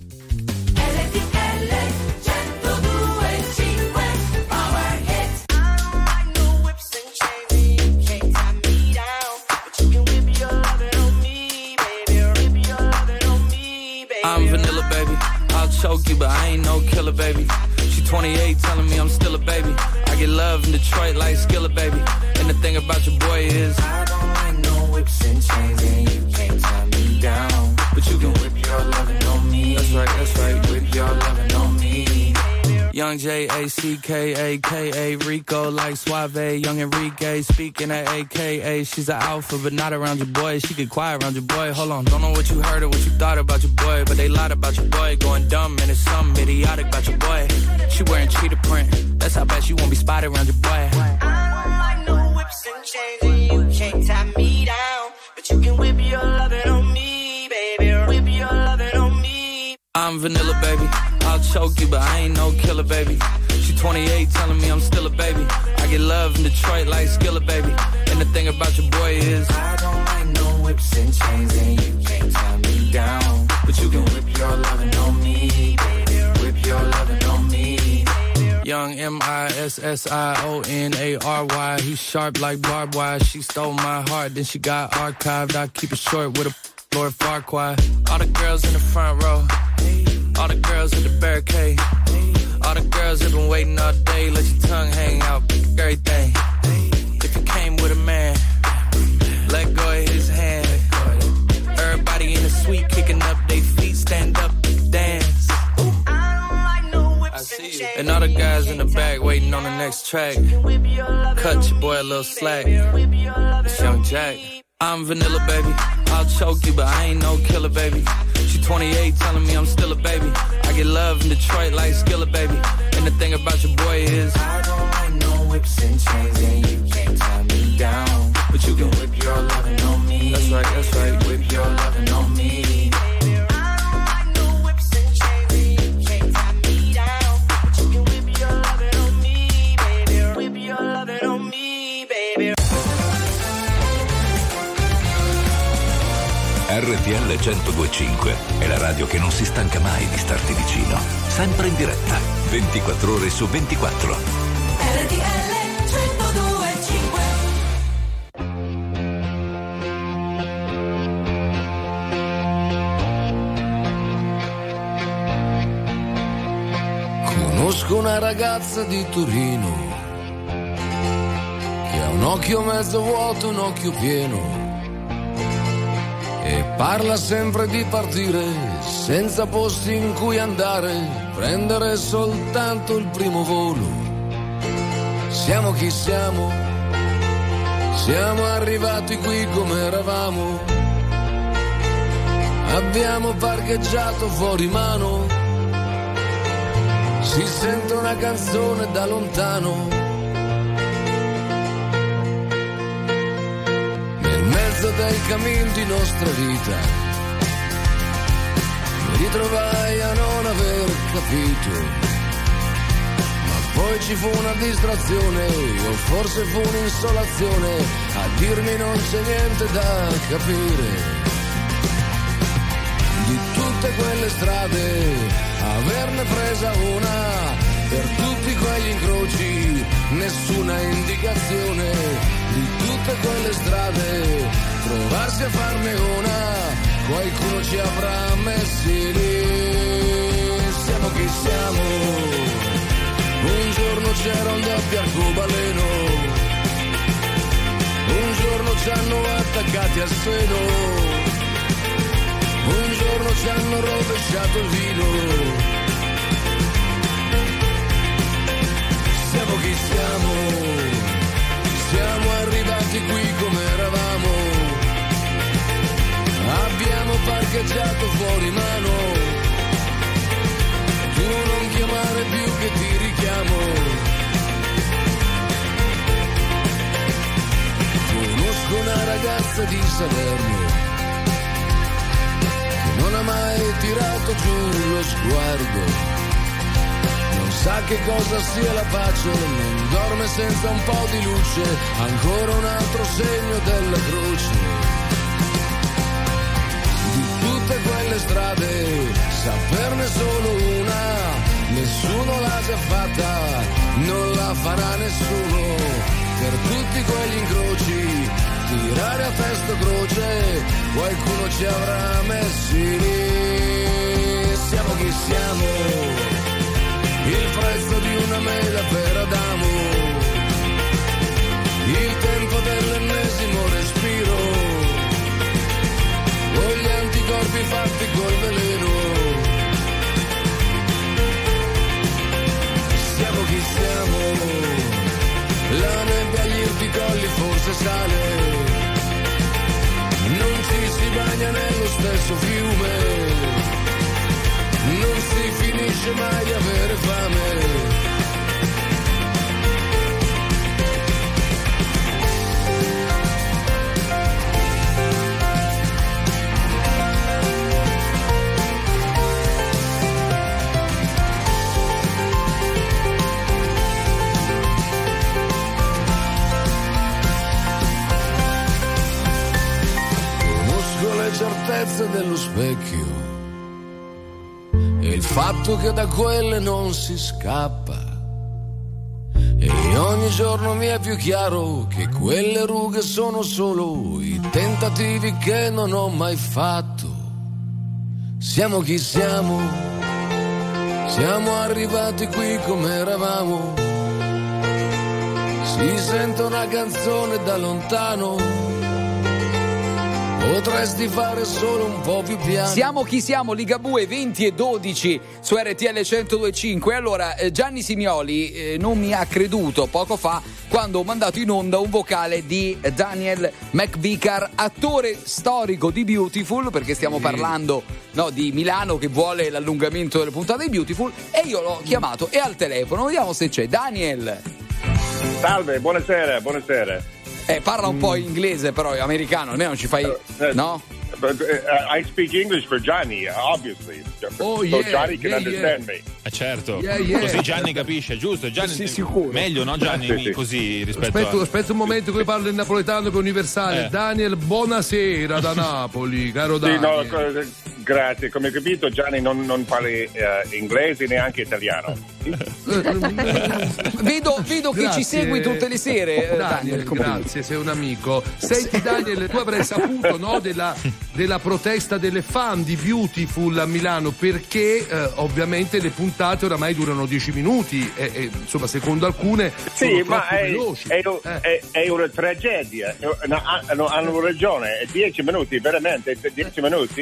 I'm vanilla, baby. I'll choke you, but I ain't no killer, baby. She 28, telling me I'm still a baby. I get love in Detroit like Skillet, baby. And the thing about your boy is I don't like no whips and chains, and you can't tie me down. But you can whip your lovin' on me. That's right, whip your lovin' on me. Young J-A-C-K-A-K-A, Rico like Suave, Young Enrique, speaking at AKA. She's an alpha, but not around your boy. She get quiet around your boy. Hold on, don't know what you heard or what you thought about your boy, but they lied about your boy. Going dumb, and it's something idiotic about your boy. She wearing cheetah print, that's how bad she won't be spotted around your boy. I don't like no whips and chains, and you can't tie me down. But you can whip your lovin' on me, baby. Whip your lovin' on me. I'm vanilla, baby. I'll choke you, but I ain't no killer, baby. She 28, telling me I'm still a baby. I get love in Detroit like Skillet, baby. And the thing about your boy is I don't like no whips and chains, and you can't tie me down. But you can whip your lovin' on me, baby. Whip your lovin' on me. Young M-I-S-S-I-O-N-A-R-Y. He's sharp like barbed wire. She stole my heart, then she got archived. I keep it short with a Lord Farquaad. All the girls in the front row, all the girls in the barricade, all the girls have been waiting all day. Let your tongue hang out, everything. If you came with a man, let go of his hand. Everybody in the suite kicking up their feet, stand up, dance. I see you. And all the guys in the back waiting on the next track. Cut your boy a little slack. It's Young Jack. I'm vanilla, baby. I'll choke you, but I ain't no killer, baby. She 28, telling me I'm still a baby. I get love in Detroit like Skillet, baby. And the thing about your boy is I don't like no whips and chains, and you can't tie me down. But you can whip your lovin' on me. That's right, whip your lovin' on me. RTL 102.5 è la radio che non si stanca mai di starti vicino. Sempre in diretta, 24 ore su 24. RTL 102.5. Conosco una ragazza di Torino che ha un occhio mezzo vuoto, un occhio pieno. E parla sempre di partire, senza posti in cui andare, prendere soltanto il primo volo. Siamo chi siamo, siamo arrivati qui come eravamo, Abbiamo parcheggiato fuori mano, si sente una canzone da lontano. Nel mezzo del cammin di nostra vita mi ritrovai a non aver capito. Poi ci fu una distrazione, o forse fu un'insolazione, a dirmi non c'è niente da capire. Di tutte quelle strade, averne presa una, per tutti quegli incroci, nessuna indicazione. Di tutte quelle strade, provarsi a farne una, qualcuno ci avrà messi lì. Siamo chi siamo. Un giorno c'era un doppio arcobaleno, un giorno ci hanno attaccati al seno, un giorno ci hanno rovesciato il vino. Siamo chi siamo, siamo arrivati qui come eravamo, abbiamo parcheggiato fuori mano. Tu non chiamare più che ti richiamo. Conosco una ragazza di Salerno che non ha mai tirato giù lo sguardo, non sa che cosa sia la pace, non dorme senza un po' di luce, ancora un altro segno della croce. Tutte quelle strade, saperne solo una, nessuno l'ha già fatta, non la farà nessuno. Per tutti quegli incroci, tirare a testa croce, qualcuno ci avrà messi lì. Siamo chi siamo, il prezzo di una mela per Adamo, il tempo dell'ennesimo respiro, con gli anticorpi fatti col veleno. Siamo chi siamo, la nebbia agli irticolli forse sale, non ci si bagna nello stesso fiume, non si finisce mai di avere fame. Certezze dello specchio e il fatto che da quelle non si scappa, e ogni giorno mi è più chiaro che quelle rughe sono solo i tentativi che non ho mai fatto. Siamo chi siamo, siamo arrivati qui come eravamo, si sente una canzone da lontano, potresti fare solo un po' più piano. Siamo chi siamo, Ligabue 20 e 12 su RTL 102.5. Allora, Gianni Simioli non mi ha creduto poco fa quando ho mandato in onda un vocale di Daniel McVicar, attore storico di Beautiful, perché stiamo parlando di Milano che vuole l'allungamento delle puntate di Beautiful, e io l'ho chiamato, è al telefono, vediamo se c'è. Daniel. Salve, buonasera, buonasera. Parla un po' inglese, però è americano, almeno ci fai, no? I speak English for Johnny, obviously. Oh, so Johnny can understand me. Certo, così Gianni capisce, giusto? Gianni, sì, sicuro. Meglio, no Gianni? Sì. Così rispetto Aspetta un momento che parlo in napoletano che è universale. Daniel, buonasera da Napoli, caro Daniel. Sì, no, grazie, come hai capito Gianni non parla inglese neanche italiano. Vedo che ci segui tutte le sere. Daniel, grazie, sei un amico. Senti Daniel, tu avrai saputo, no, della protesta delle fan di Beautiful a Milano, perché ovviamente le puntate oramai durano 10 minuti e insomma secondo alcune sono troppo veloci. È una tragedia, hanno ragione, 10 minuti, veramente 10 minuti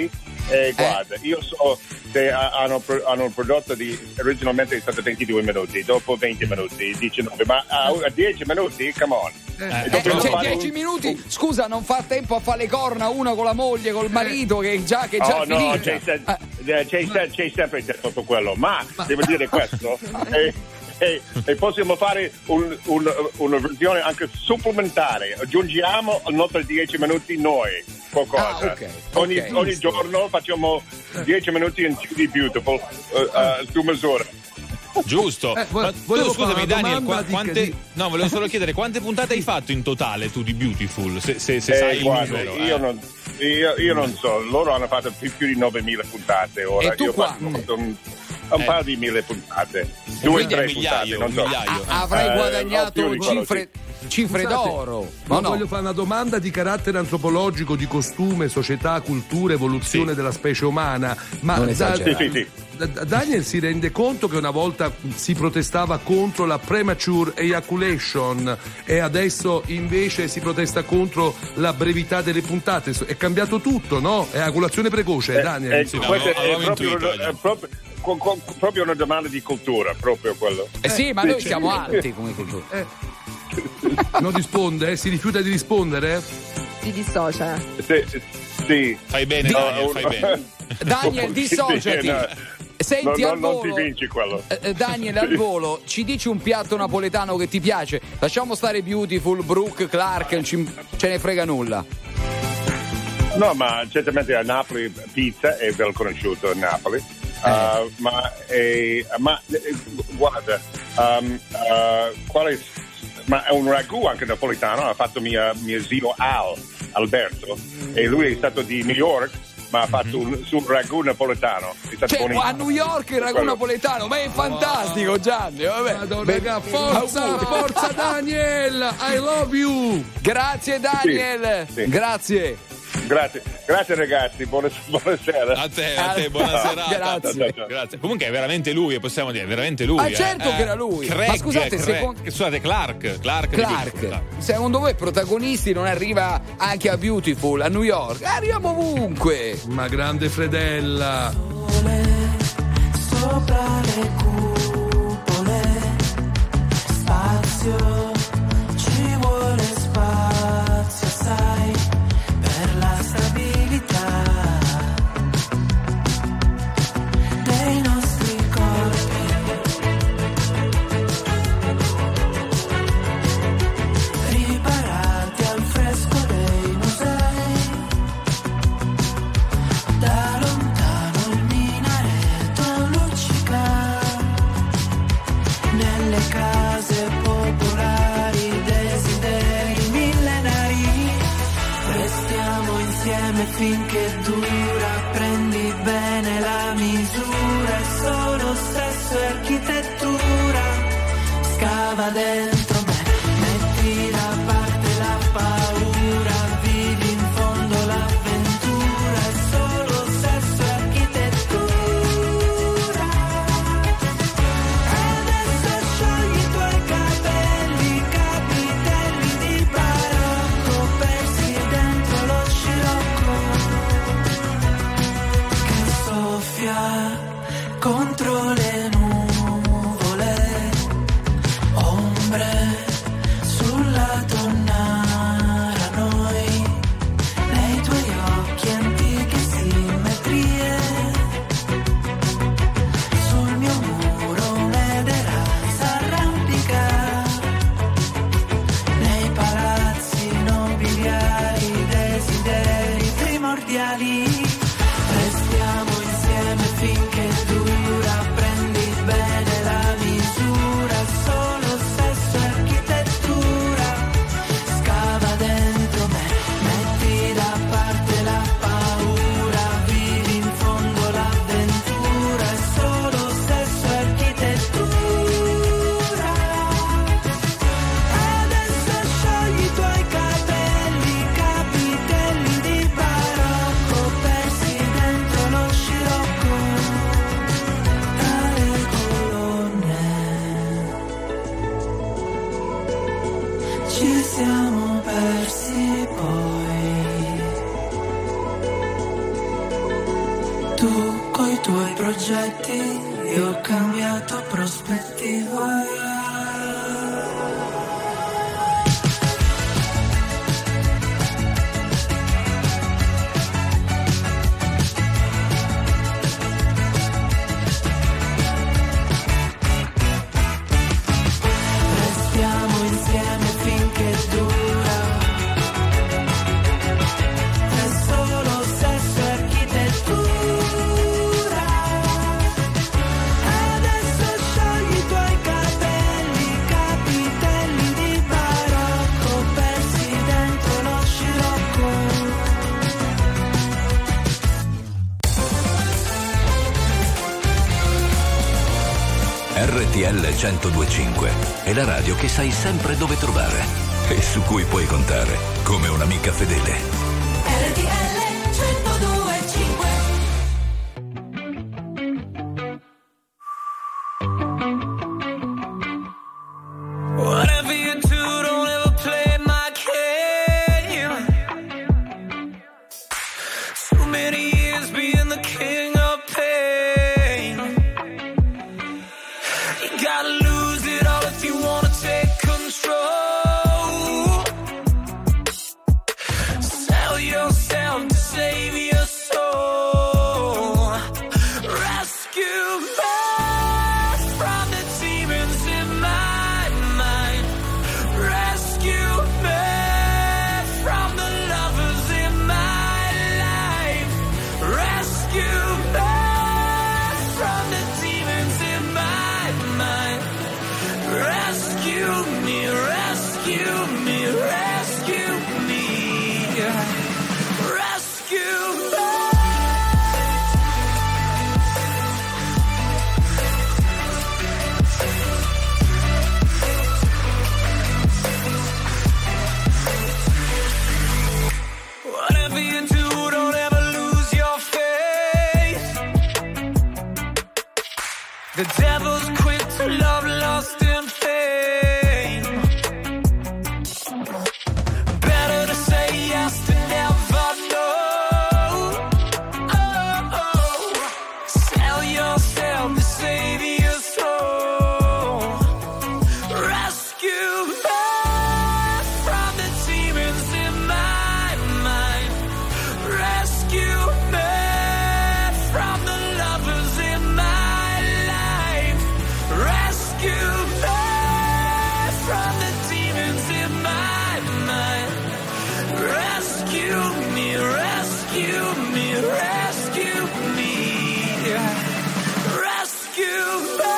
Guarda, io so che hanno un prodotto originalmente è stato 22 minuti, dopo 20 minuti 19, ma a 10 minuti, come on. Cioè 10 minuti, scusa, non fa tempo a fare le corna uno con la moglie, col marito che già no, finita. c'è sempre tutto quello, ma devo dire questo. E possiamo fare una versione anche supplementare, aggiungiamo al nostro 10 minuti noi qualcosa. Ogni giorno facciamo 10 minuti in più di Beautiful su misura. Giusto. Scusami Daniel, volevo solo chiedere quante puntate hai fatto in totale tu di Beautiful? Se sai guarda, il numero. Io non so, loro hanno fatto più di 9.000 puntate ora. E tu io ho fatto un paio di 1.000 puntate, 2-3 puntate, non so. Avrai guadagnato cifre d'oro. Voglio fare una domanda di carattere antropologico, di costume, società, cultura, evoluzione della specie umana. Ma Daniel si rende conto che una volta si protestava contro la premature ejaculation e adesso invece si protesta contro la brevità delle puntate? È cambiato tutto, no? È eiaculazione precoce, Daniel. È proprio una domanda di cultura, proprio quello. Sì, ma noi siamo alti come cultura. Non risponde? Si rifiuta di rispondere? Si dissocia. Sì. Fai bene, Daniel, fai bene. Daniel, dissociati. Senti, al volo, non ti vinci quello. Daniel, al volo, ci dici un piatto napoletano che ti piace? Lasciamo stare Beautiful, Brooke, Clark, non ce ne frega nulla. No, ma certamente a Napoli pizza è ben conosciuto a Napoli. Guarda, ma è un ragù anche napoletano, ha fatto mio zio Alberto, e lui è stato di New York, ma ha fatto un ragù napoletano. A New York il ragù napoletano, ma è fantastico, Gianni. Vabbè. Forza Daniel, I love you. Grazie Daniel, sì. Grazie ragazzi, buonasera. A te, buona serata. Grazie. Comunque è veramente lui, possiamo dire, è veramente lui. Certo che era lui. Craig, ma scusate, scusate, Clark. Secondo voi protagonisti non arriva anche a Beautiful, a New York? Arriviamo ovunque. Ma grande Fredella. Sopra le cupole, spazio, ci vuole spazio, sai, per la stabilità dei nostri corpi. Riparati al fresco dei musei, da lontano il minareto luccica, nelle case popolari desideri millenari. Restiamo insieme finché dura, prendi bene la misura, è solo sesso e architettura, scava dentro me, metti da parte la paura, vivi in fondo l'avventura, è solo sesso e architettura. Adesso sciogli i tuoi capelli, capitelli di barocco, persi dentro lo scirocco che soffia contro le nuvole, ombre sulla tonnara, noi nei tuoi occhi antiche simmetrie, sul mio muro un'edera s'arrampica, nei palazzi nobiliari desideri primordiali. Restiamo insieme finché dura, prendi bene la misura, solo sesso e architettura, scava dentro me, metti da parte la paura, vivi in fondo l'avventura, è solo sesso e architettura. Adesso sciogli i tuoi capelli, capitelli di barocco, persi dentro lo scirocco, tra le colonne. Ci siamo persi poi. tu coi tuoi progetti, io ho cambiato prospettiva. Restiamo insieme finché dura, è solo sesso e architettura. Adesso sciogli i tuoi capelli, capitelli di barocco, persi dentro lo scirocco. RTL 1025 è la radio che sai sempre dove trovare e su cui puoi contare come un'amica fedele. RTL 1025. Whatever you do, don't ever play my game. Too many years being the king of pain. You gotta lose it all if you wanna take control. Sell yourself to save your soul. Rescue me from the demons in my mind. Rescue me from the lovers in my life. Rescue me from the demons in my mind. Rescue me, rescue me, rescue me. Rescue me. Whatever you do, don't ever lose your faith. The devil's quick to love, lost in fame. Better to say yes to never know. Oh, oh. Sell yourself to save your soul. Rescue me from the demons in my mind. Rescue me from the lovers in my life. Rescue me from the demons in my mind. Rescue me, rescue me, rescue me. Rescue me.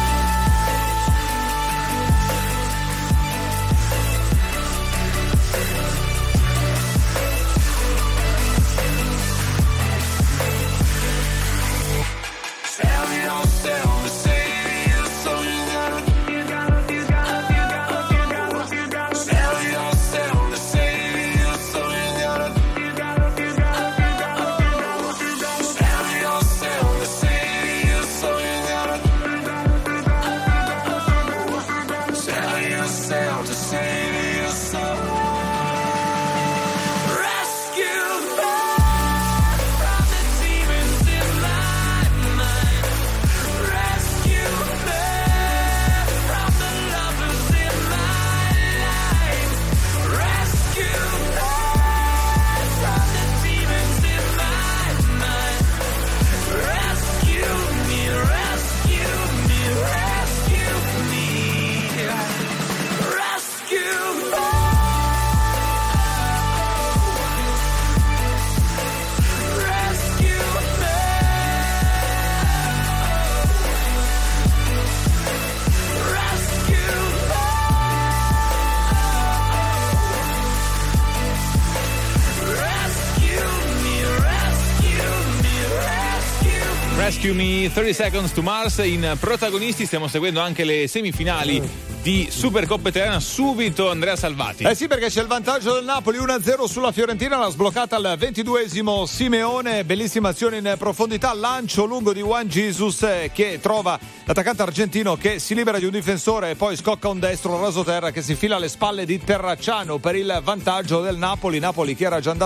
Sell yourself to save your soul. Sell yourself to save your soul. Sell yourself to save your soul. Sell yourself to save your soul. Rescue me from the demons in my mind. Rescue me from the lovers in my life. Rescue me from the demons in my mind. Rescue me, rescue me, rescue me. Rescue me. Rescue Rescue Me, 30 Seconds to Mars. In protagonisti stiamo seguendo anche le semifinali di Supercoppa Italiana. Subito Andrea Salvati. Sì, perché c'è il vantaggio del Napoli 1-0 sulla Fiorentina, l'ha sbloccata al 22esimo Simeone, bellissima azione in profondità, lancio lungo di Juan Jesus che trova l'attaccante argentino che si libera di un difensore e poi scocca un destro rasoterra che si fila alle spalle di Terracciano per il vantaggio del Napoli che era già andato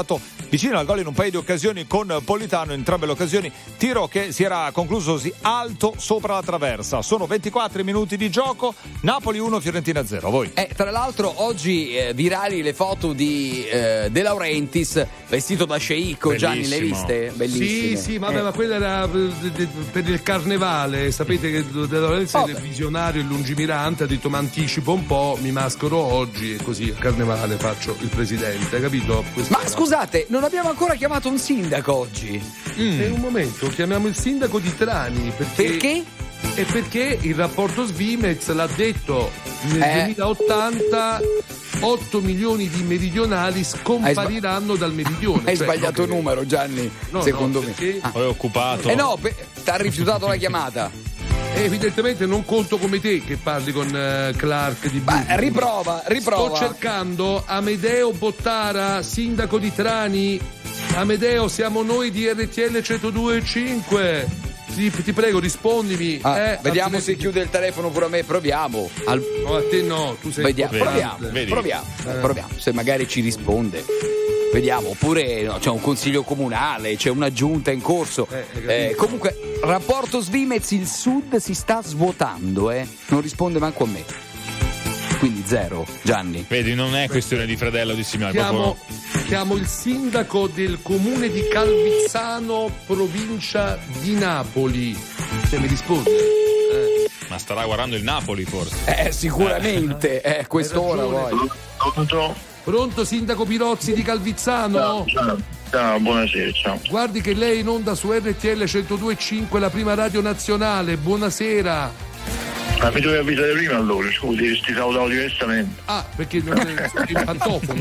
vicino al gol in un paio di occasioni con Politano, in entrambe le occasioni tiro che si era conclusosi alto sopra la traversa. Sono 24 minuti di gioco, Napoli 1, Fiorentina 0. Voi? Tra l'altro oggi virali le foto di De Laurentiis vestito da sceicco. Gianni, le hai viste? Bellissime. Sì, vabbè, ma quella era per il carnevale. Sapete che De Laurentiis è visionario e lungimirante, ha detto ma anticipo un po', mi maschero oggi e così a carnevale faccio il presidente, capito? Ma scusate, non abbiamo ancora chiamato un sindaco oggi. Per un momento chiamiamo il sindaco di Trani perché? E perché il rapporto Svimez l'ha detto nel 2080 8 milioni di meridionali scompariranno dal meridione. Hai sbagliato il numero, Gianni, secondo me. Poi è occupato. Ti ha rifiutato la chiamata. Evidentemente non conto come te che parli con Clark di Beauty. Riprova. Sto cercando Amedeo Bottara, sindaco di Trani. Amedeo, siamo noi di RTL 102.5. Ti prego, rispondimi. Vediamo se chiude il telefono pure a me. Proviamo. No, a te no, tu sei proviamo. Se magari ci risponde. Vediamo. Oppure c'è un consiglio comunale, c'è una giunta in corso. Comunque, rapporto Svimez, il sud si sta svuotando, non risponde manco a me. Quindi 0, Gianni. Vedi, non è questione di fratello di Simone. Chiamo il sindaco del comune di Calvizzano, provincia di Napoli. Se mi risponde. Ma starà guardando il Napoli forse. Sicuramente. Quest'ora poi. Pronto, sindaco Pirozzi di Calvizzano? Ciao, buonasera, ciao. Guardi che lei è in onda su RTL 102.5, la prima radio nazionale. Buonasera. Ma mi dovevi avvisare prima allora, scusi, ti salutavo diversamente. Perché non sono in pantofole.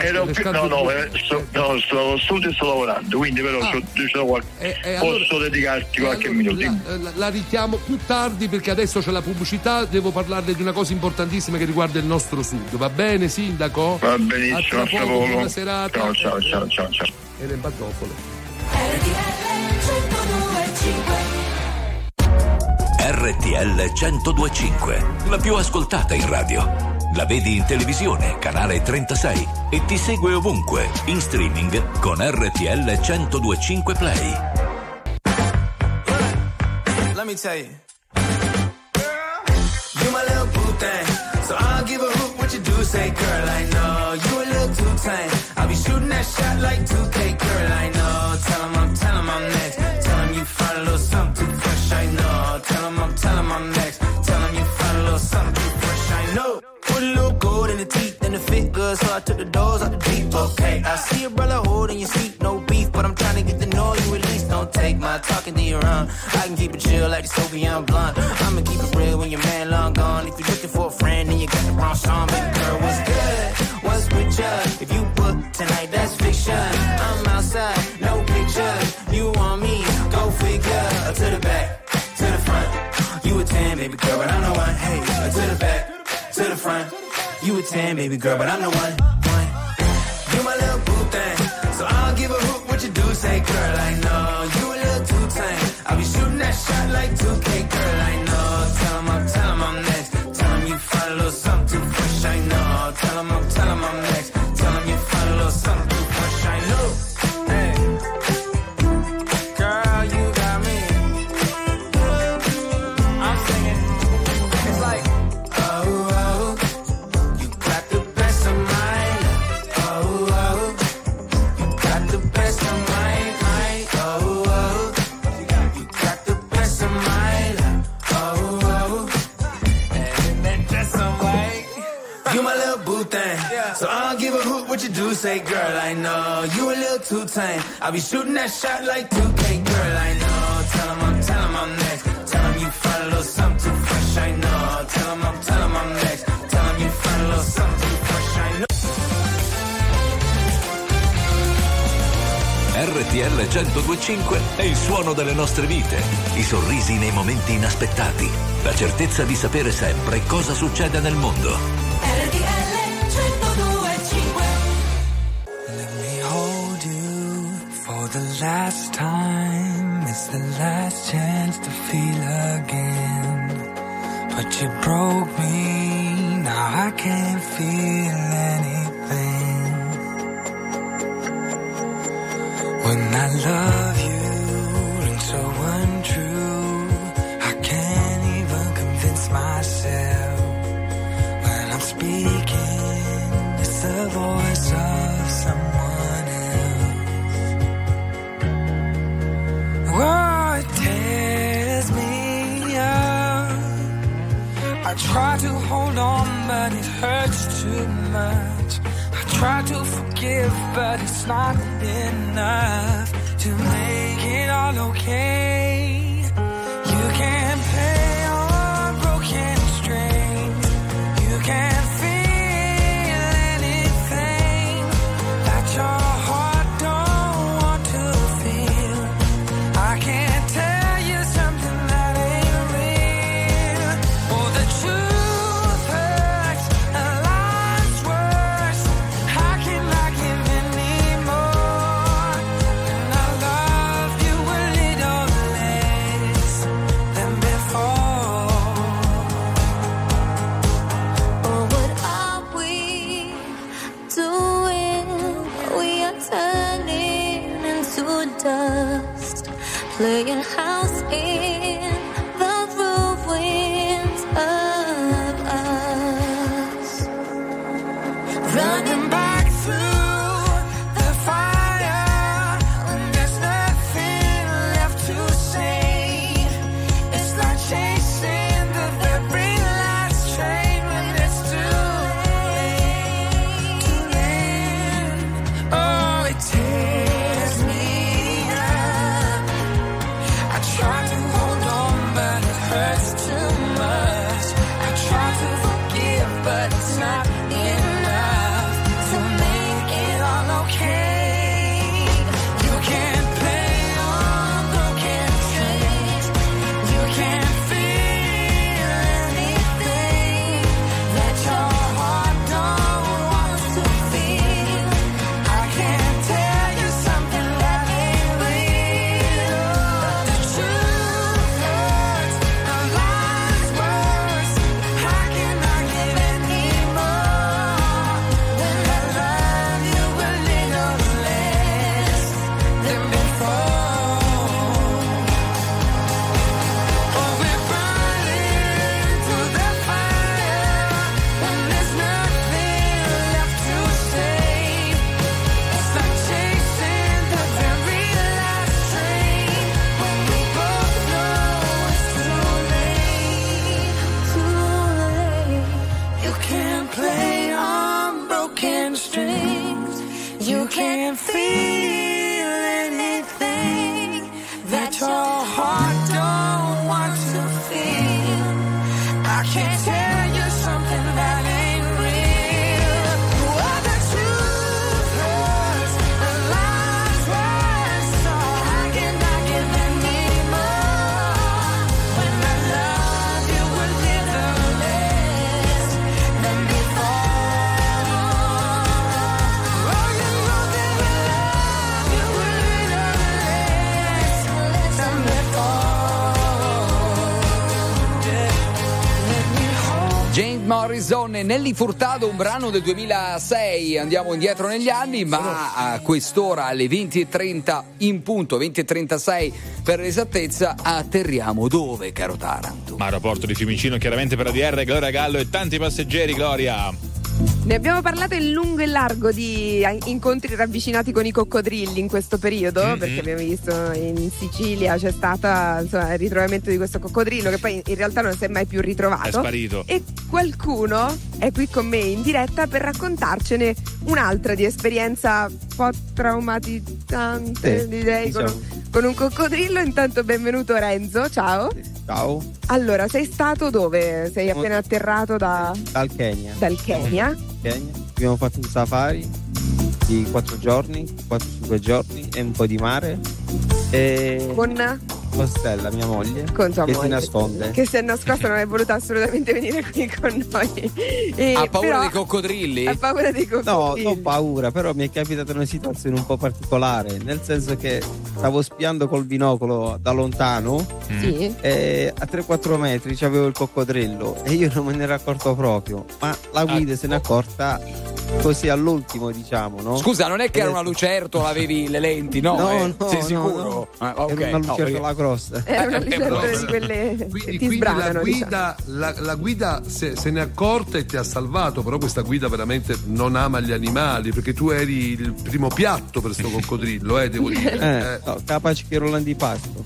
Sto studio e sto lavorando, quindi però posso dedicarti qualche minuto. La richiamo più tardi perché adesso c'è la pubblicità, devo parlarle di una cosa importantissima che riguarda il nostro sud. Va bene, sindaco? Va benissimo, a poco, buona serata. Ciao. Era in pantofole. RTL 102.5, la più ascoltata in radio. La vedi in televisione, canale 36 e ti segue ovunque, in streaming con RTL 102.5 Play. Let me tell you. You my little boo thing, so I'll give a hoot what you do say, girl, I know. You a little too tame, I'll be shooting that shot like 2K, girl, I know. Tell 'em I'm next, tell 'em you find a little something too fresh, I know. Tell 'em I'm next, tell 'em you find a little something too fresh, I know. Put a little gold in the teeth and the fit good, so I took the doors out the deep, okay. I see a brother holding your seat, no beef, but I'm trying to get to know you at least. Don't take my talking to your own, I can keep it chill like the Soviet blunt. I'ma keep it real when your man long gone. If you're looking for a friend, then you got the wrong song, baby girl, what's good? What's with ya? If you book tonight, that's fiction. I'm outside, no pictures. You want me, go figure. To the back, to the front. You a 10, baby girl, but I'm the one. Hey, to the back, to the front. You a 10, baby girl, but I'm the one. You my little boo thing, so I'll give a hoot what you do say, girl, I know. You a little too tame, I'll be shooting that shot like 2K, girl, I know. Tell 'em I'm next, tell 'em you find a little something too fresh, I know. Tell 'em I'm next, tell 'em you find a little something too fresh, I know. Hey, girl, you got me. I'm singing, it's like, oh, you got the best of mine. Oh, you got the best of mine. Oh, you got the best of mine. Oh, and that's alright. You my little boo thing, so I don't give a hoot what you do say, girl, I know. You a little too tame, I'll be shooting that shot like 2K, girl, I know. Tell 'em I'm next, tell 'em you find a little something too fresh, I know. Tell 'em I'm next, tell 'em you find a little something too fresh, I know. RTL 102.5 è il suono delle nostre vite, i sorrisi nei momenti inaspettati, la certezza di sapere sempre cosa succede nel mondo. RTL 102.5. Let me hold you for the last time. It's the last chance to feel again. But you broke me, now I can't feel anything. When I love you and so untrue, I can't even convince myself. When I'm speaking, it's the voice of someone else. Oh, it tears me up. I try to hold on, but it hurts too much. I try to forgive, but it's not enough to make it all okay. You can't play on broken strings. You can't feel anything that your heart don't want to feel. I can't tell you something that ain't real. Oh, the truth hurts, and life's worse. How can I give anymore? And I love you a little less than before. Oh, what are we doing? We are turning into dust, playing house in the ruins of us. Running back through the fire when there's nothing left to say. It's like chasing the very last train when it's too late. Oh, it tears me up. I try to hold on, but it hurts too much. I try to forgive, but it's not enough to make it all okay. You can't play on broken strings. You can't feel anything that your heart don't want to feel. I can't tell you something that ain't real. The truth hurts, and life's worse. How can I give anymore when I love you a little less than before? Oh, we're burning through the fire when there's nothing left to say. It's like chasing the very last train when we both know it's too late. You can't play on broken strings. You can't feel anything that your heart don't want to feel. I can't tell you something that ain't real. Oh, the truth hurts, and life's worse. So how can I give anymore when I love you a little less than before? Oh, you know that I love you a little less than before. James Morrison e Nelly Furtado, un brano del 2006. Andiamo indietro negli anni, ma a quest'ora alle 20:30 in punto, 20:36 per l'esattezza, atterriamo dove, caro Taranto? Ma aeroporto di Fiumicino, chiaramente per ADR, Gloria Gallo e tanti passeggeri, Gloria. Ne abbiamo parlato in lungo e largo di incontri ravvicinati con i coccodrilli in questo periodo, perché abbiamo visto in Sicilia c'è stato il ritrovamento di questo coccodrillo che poi in realtà non si è mai più ritrovato. È sparito. E qualcuno è qui con me in diretta per raccontarcene un'altra di esperienza un po' traumatizzante, direi, con un coccodrillo. Intanto benvenuto Renzo, ciao. Ciao. Allora, sei stato dove? Sei appena atterrato dal Kenya. Dal Kenya? Kenya. Abbiamo fatto un safari di 4-5 giorni e un po' di mare. E con Stella, mia moglie, con tua che moglie, si nasconde. Che si è nascosta, non è voluta assolutamente venire qui con noi. Ha paura dei coccodrilli? Ha paura dei coccodrilli? No, non paura, però mi è capitata una situazione un po' particolare, nel senso che stavo spiando col binocolo da lontano e a 3-4 metri c'avevo il coccodrillo e io non me ne ero accorto proprio, ma la guida se n'è accorta così all'ultimo, diciamo, no? Scusa, non è che era una lucertola, avevi le lenti, no? No, sei sicuro? No. Era una lucertola grossa. Era una lucertola di quelle che ti sbranano, la guida se ne è accorta e ti ha salvato, però questa guida veramente non ama gli animali, perché tu eri il primo piatto per sto coccodrillo, devo dire. No, capace che Rolando di pasto.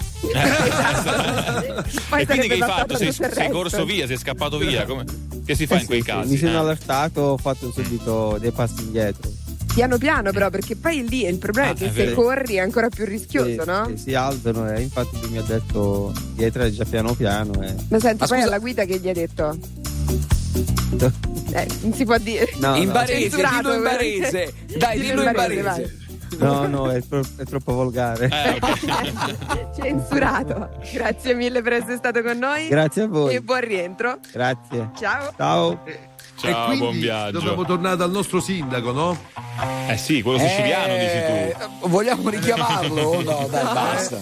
E quindi che hai fatto? Sei corso via, sei scappato via? Che si fa in quei casi? Mi sono allertato, ho fatto subito dei passi indietro. Piano piano però, perché poi lì il problema è che se corri è ancora più rischioso, no? Si alzano e infatti lui mi ha detto dietro è già piano piano. Ma senti, poi alla guida che gli hai detto? Non si può dire. No, in barese, dillo in barese. Dai, dillo in barese. Vai. No, è troppo volgare. Censurato. Grazie mille per essere stato con noi. Grazie a voi. E buon rientro. Grazie. Ciao. Ciao. Ciao, e quindi buon viaggio. Dobbiamo tornare dal nostro sindaco, no? Sì, quello siciliano dici tu. Vogliamo richiamarlo o no? Dai, basta.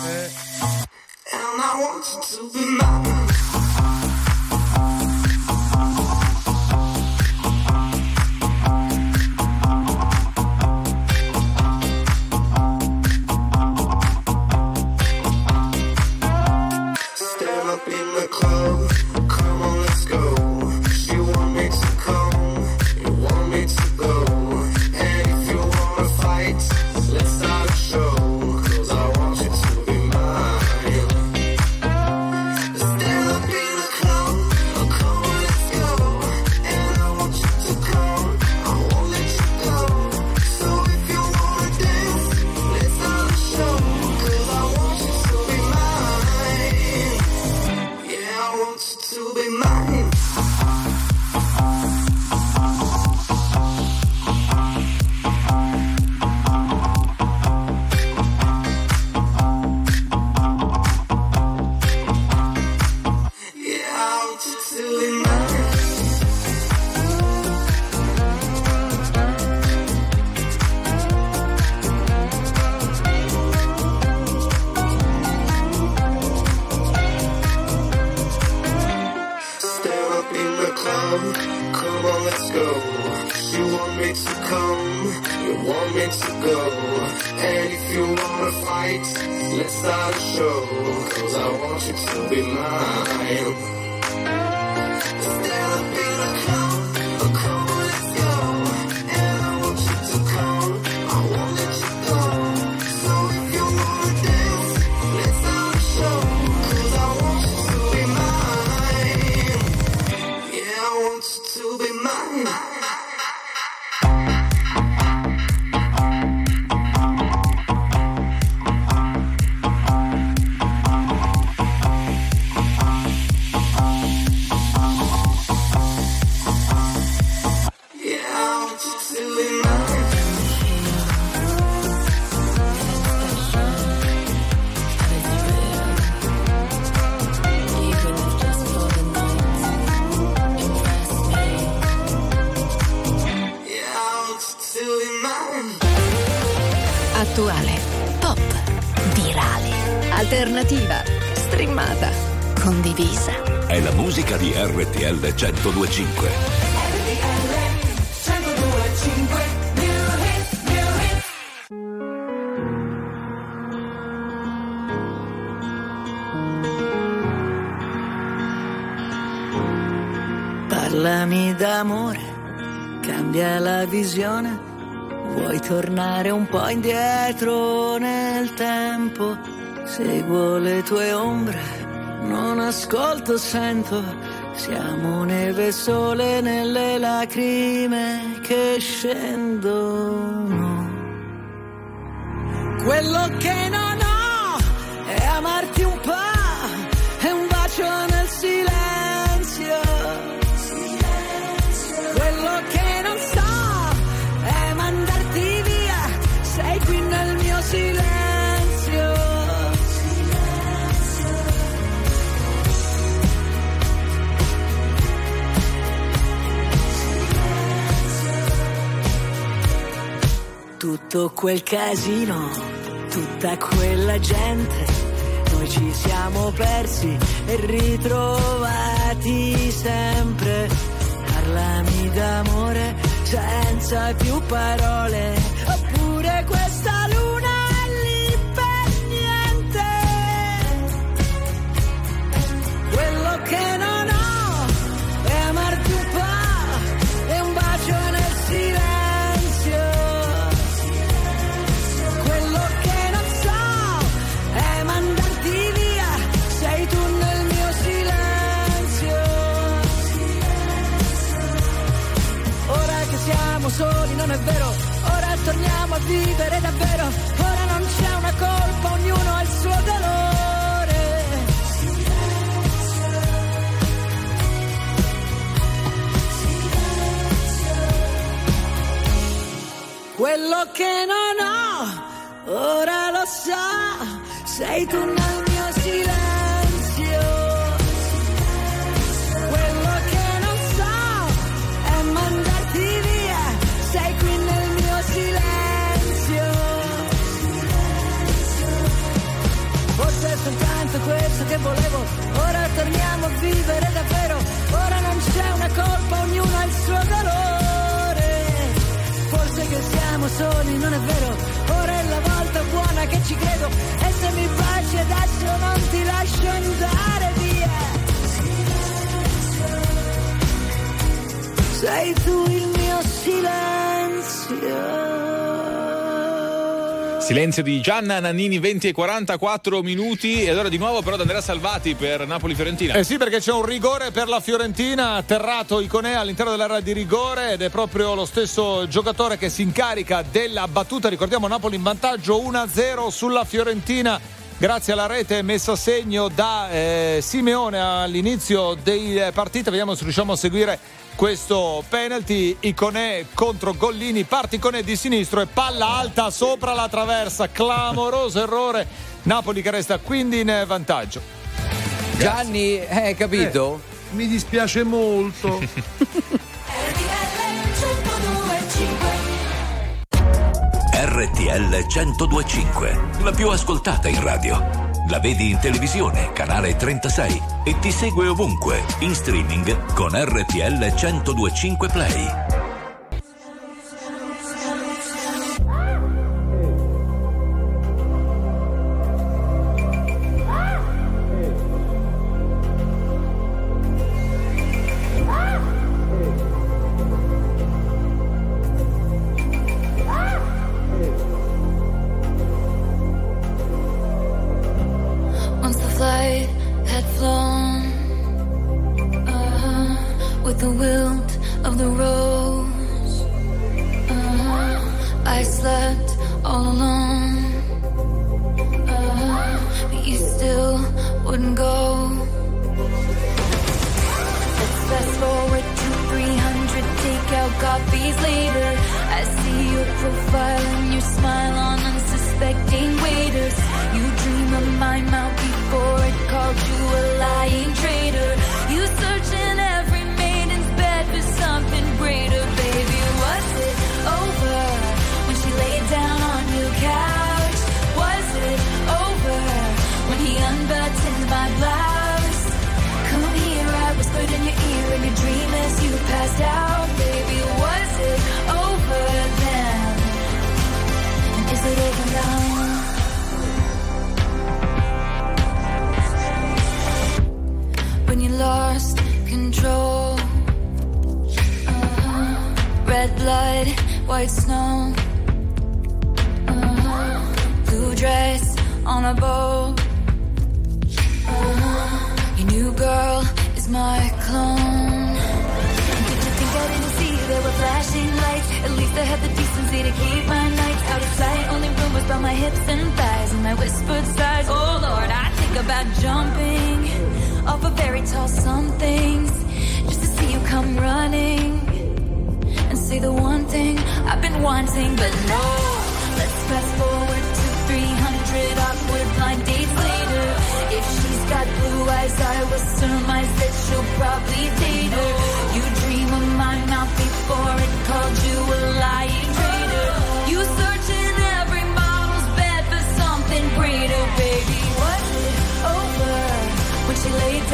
Attuale, pop, virale, alternativa, streamata, condivisa. È la musica di RTL 102.5. Parlami d'amore, cambia la visione. Vuoi tornare un po' indietro nel tempo? Seguo le tue ombre, non ascolto, sento. Siamo neve e sole nelle lacrime che scendono. Quello che non ho è amarti un po', è un bacio nel silenzio. Quello che non so è mandarti via, sei qui nel mio silenzio. Tutto quel casino, tutta quella gente, noi ci siamo persi e ritrovati sempre. Parlami d'amore, senza più parole, oppure questa luna è lì per niente. Quello che non ho è amarti un po' e un bacio nel silenzio. Quello che non so è mandarti via, sei tu nel mio silenzio. Ora che siamo soli non è vero, ora torniamo a vivere davvero, ora non c'è una colpa, ognuno ha il suo dolore. Quello che non ho, ora lo so, sei tu nel mio silenzio. Quello che non so è mandarti via, sei qui nel mio silenzio. Forse è soltanto questo che volevo, ora torniamo a vivere davvero, ora non c'è una colpa, ognuno ha il suo dolore. Forse che siamo soli, non è vero, ora è la volta buona che ci credo, e se mi baci adesso non ti lascio andare via. Sei tu il mio silenzio. Silenzio di Gianna Nannini, 20:44 minuti. Ed ora di nuovo però ad Andrea Salvati per Napoli-Fiorentina. Eh sì, perché c'è un rigore per la Fiorentina, atterrato Iconea all'interno dell'area di rigore, ed è proprio lo stesso giocatore che si incarica della battuta. Ricordiamo Napoli in vantaggio 1-0 sulla Fiorentina grazie alla rete messa a segno da Simeone all'inizio dei partiti. Vediamo se riusciamo a seguire questo penalty. Iconè contro Gollini, parte Iconè di sinistro e palla alta sopra la traversa, clamoroso errore, Napoli che resta quindi in vantaggio. Gianni, capito? Mi dispiace molto. RTL 102.5, la più ascoltata in radio. La vedi in televisione, canale 36, e ti segue ovunque, in streaming con RTL 102.5 Play.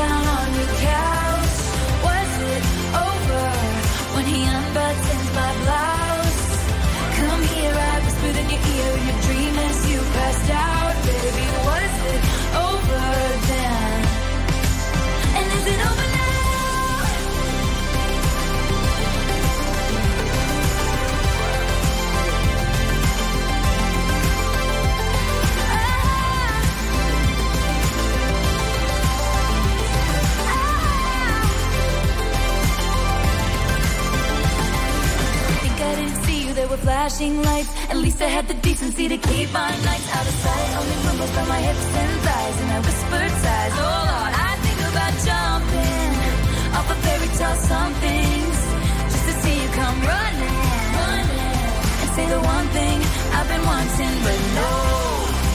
Down on your couch, was it over when he unbuttons my blouse? were flashing lights. At least I had the decency to keep my nights out of sight. Only rumbles from my hips and thighs, and I whispered sighs. Oh Lord, I think about jumping off a fairy tale somethings, just to see you come running, and say the one thing I've been wanting, but no.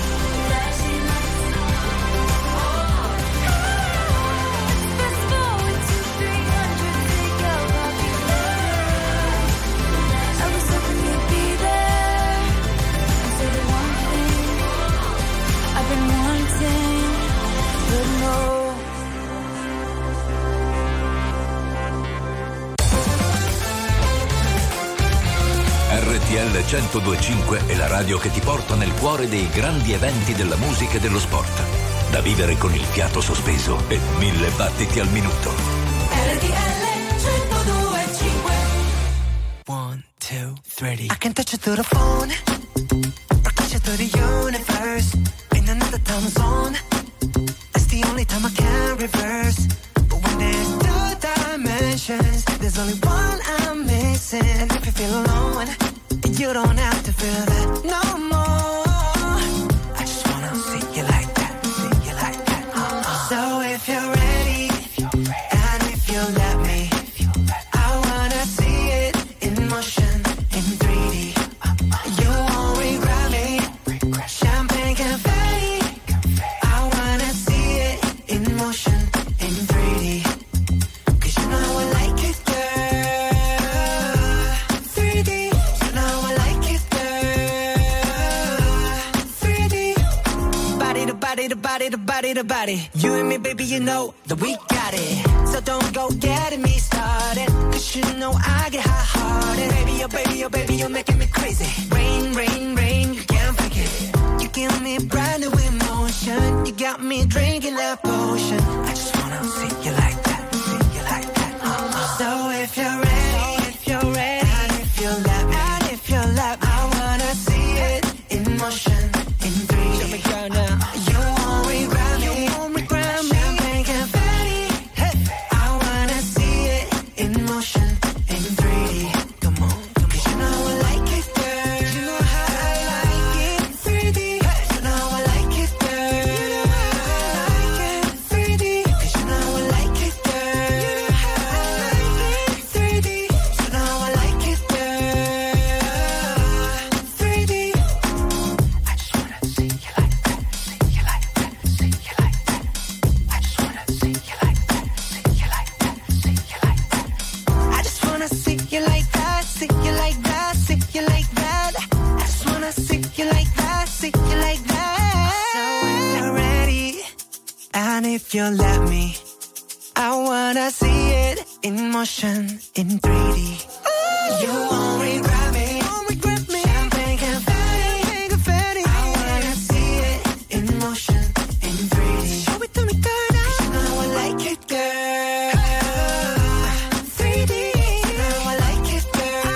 RTL 102.5 è la radio che ti porta nel cuore dei grandi eventi della musica e dello sport. Da vivere con il fiato sospeso e 1000 battiti al minuto. RTL 102.5. 1, 2, 3. I can touch you through the phone, or touch you through the universe. In another time zone, that's the only time I can reverse. But when there's two dimensions, there's only one I'm missing. And if you feel alone, you don't have to feel that no more. I just wanna see you like that, see you like that. So if you're ready, and if you let me, I wanna see it in motion, in 3D. You won't regret me. Champagne confetti. I wanna see it in motion, in 3D. 'Cause you know I like it, girl. 3D. You know I like it, girl. 3D. Body to body to body to body to body. You and me, baby, you know that we got it. So don't go getting me started. 'Cause you know I get hot-hearted. Baby, oh baby, oh baby, you're making me crazy. Rain, rain, rain, you can't fake it. You give me brand new emotion. You got me drinking that potion. I just wanna see you like that, see you like that. So if you're ready, if you're ready, and if you let me, and if you let me, I wanna see it in motion, in 3D. Show me girl now. You won't regret me, you won't regret me. Champagne confetti. Hey. I wanna see it in motion, in 3D. Come on, 'cause you know I like it, girl. You know how I like it, 3D. You know I like it, girl. You know how I like it, 3D. 'Cause you know I like it, girl. You know how I like it, 3D. You know I like it, girl. 3D. I just wanna see you like that, see you like that, see you like that. I just wanna see you like that, see you like that, see you like that. I just wanna see you like that, see you like that, see you like that. I just wanna see you like that, see you like that. So if you're ready, and if you let me, I wanna see it in motion, in 3D. You won't regret me, won't regret me. Champagne confetti, I wanna see it in motion, in 3D. Show it to me, girl. 'Cause you know I like it, girl. 3D. You know I like it, girl.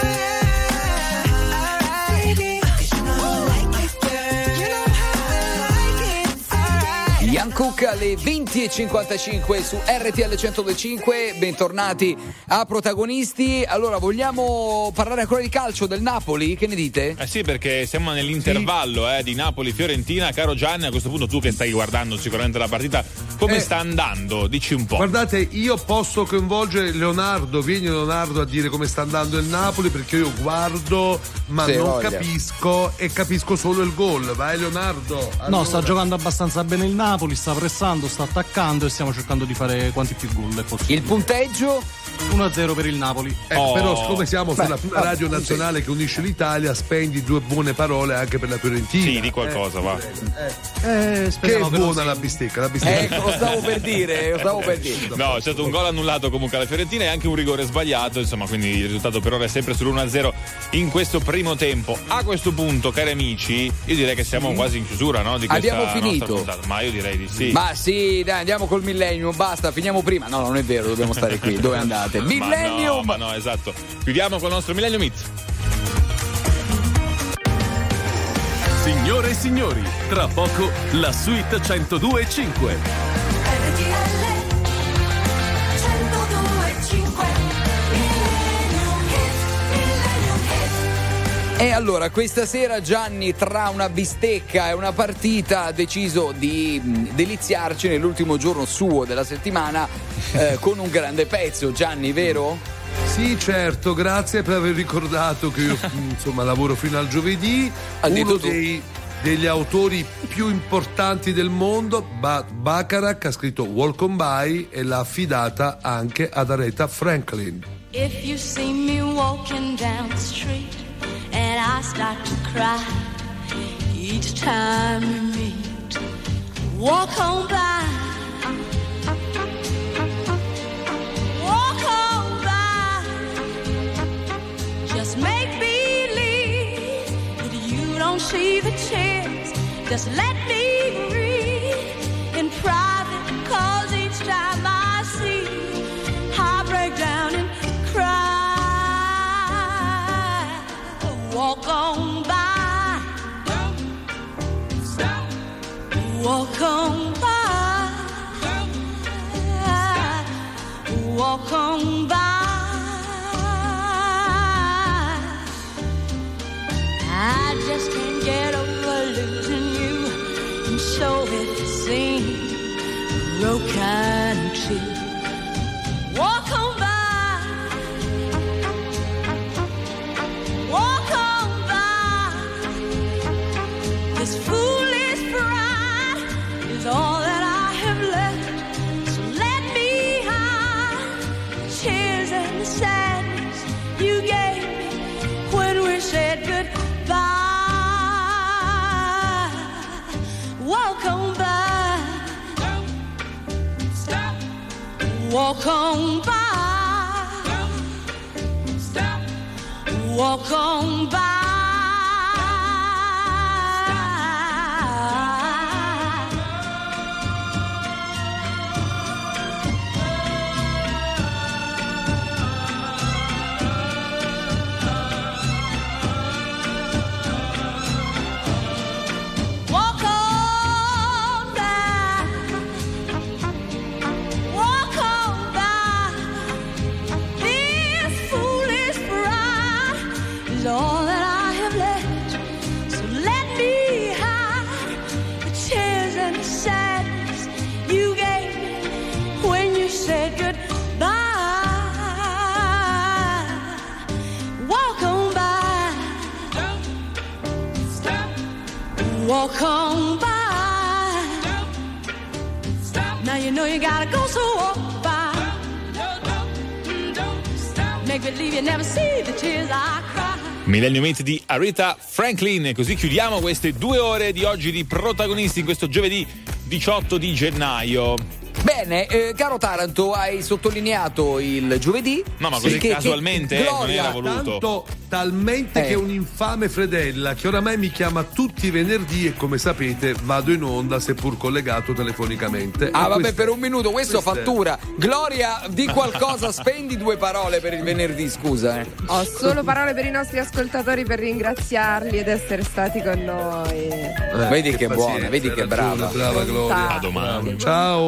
3D. 'Cause you know I like it, girl. You know how I like it. Alright. Ian Cook alle 20:55 su RTL 102.5. Bentornati a Protagonisti. Allora, vogliamo parlare ancora di calcio del Napoli? Che ne dite? Eh sì, perché siamo nell'intervallo di Napoli-Fiorentina. Caro Gianni, a questo punto tu che stai guardando sicuramente la partita, come sta andando? Dici un po'. Guardate, io posso coinvolgere Leonardo. Vieni Leonardo a dire come sta andando il Napoli, perché io guardo ma Sì, non voglia. capisco e capisco solo il gol. Vai Leonardo. No, sta giocando abbastanza bene il Napoli, sta pressando, sta attaccando e stiamo cercando di fare quanti più gol è possibile. Il punteggio? 1-0 per il Napoli. Però siccome siamo sulla prima radio nazionale che unisce l'Italia, spendi due buone parole anche per la Fiorentina. Sì, di qualcosa, va. Che è speriamo che buona non la bistecca, la bistecca. Lo stavo per dire. No, c'è stato un gol annullato comunque alla Fiorentina e anche un rigore sbagliato, insomma, quindi il risultato per ora è sempre sull'1-0 in questo primo tempo. A questo punto, cari amici, io direi che siamo quasi in chiusura, no? Di questa Abbiamo finito. nostra puntata. Ma io direi di sì. Ma sì, dai, andiamo col Millennium, basta, finiamo prima. No, non è vero, dobbiamo stare qui. Dove andate? Millennium! Ma no, esatto. Chiudiamo con il nostro Millennium Hit. Signore e signori, tra poco la suite 102.5. E allora questa sera Gianni, tra una bistecca e una partita, ha deciso di deliziarci nell'ultimo giorno suo della settimana con un grande pezzo. Gianni, vero? Sì, certo, grazie per aver ricordato che io insomma lavoro fino al giovedì. Uno degli autori più importanti del mondo, Bacharach, ha scritto Walk On By e l'ha affidata anche ad Aretha Franklin. If you see me walking down the street and I start to cry each time we meet, walk on by, walk on by, just make believe that you don't see the tears, just let me breathe in private, 'cause each time I see you, I break down and cry. Walk on by, don't stop. Walk on by, don't stop. Walk on by. I just can't get over losing you, and so it seems broken and true. Walk on by. This foolish pride is all that I have left. So let me hide the tears and the sadness you gave me when we said goodbye. Walk on by, don't stop. Walk on by, don't stop. Walk on by. Walk on by. Don't stop. Now you know you gotta go, so walk by. Don't stop. Make believe you never see the tears I cry. Millennium Hit di Aretha Franklin. E così chiudiamo queste 2 ore di oggi di protagonisti in questo giovedì 18 di gennaio. Bene, caro Taranto, hai sottolineato il giovedì. No, ma così casualmente non era voluto. Tanto, talmente che un infame Fredella che oramai mi chiama tutti i venerdì e come sapete vado in onda seppur collegato telefonicamente. Ah, vabbè, per un minuto, questo fattura. Gloria, di qualcosa, spendi 2 parole per il venerdì, scusa. Ho solo parole per i nostri ascoltatori per ringraziarli ed essere stati con noi. Vedi che buona, vedi che brava. Brava Gloria. A domani. Ciao.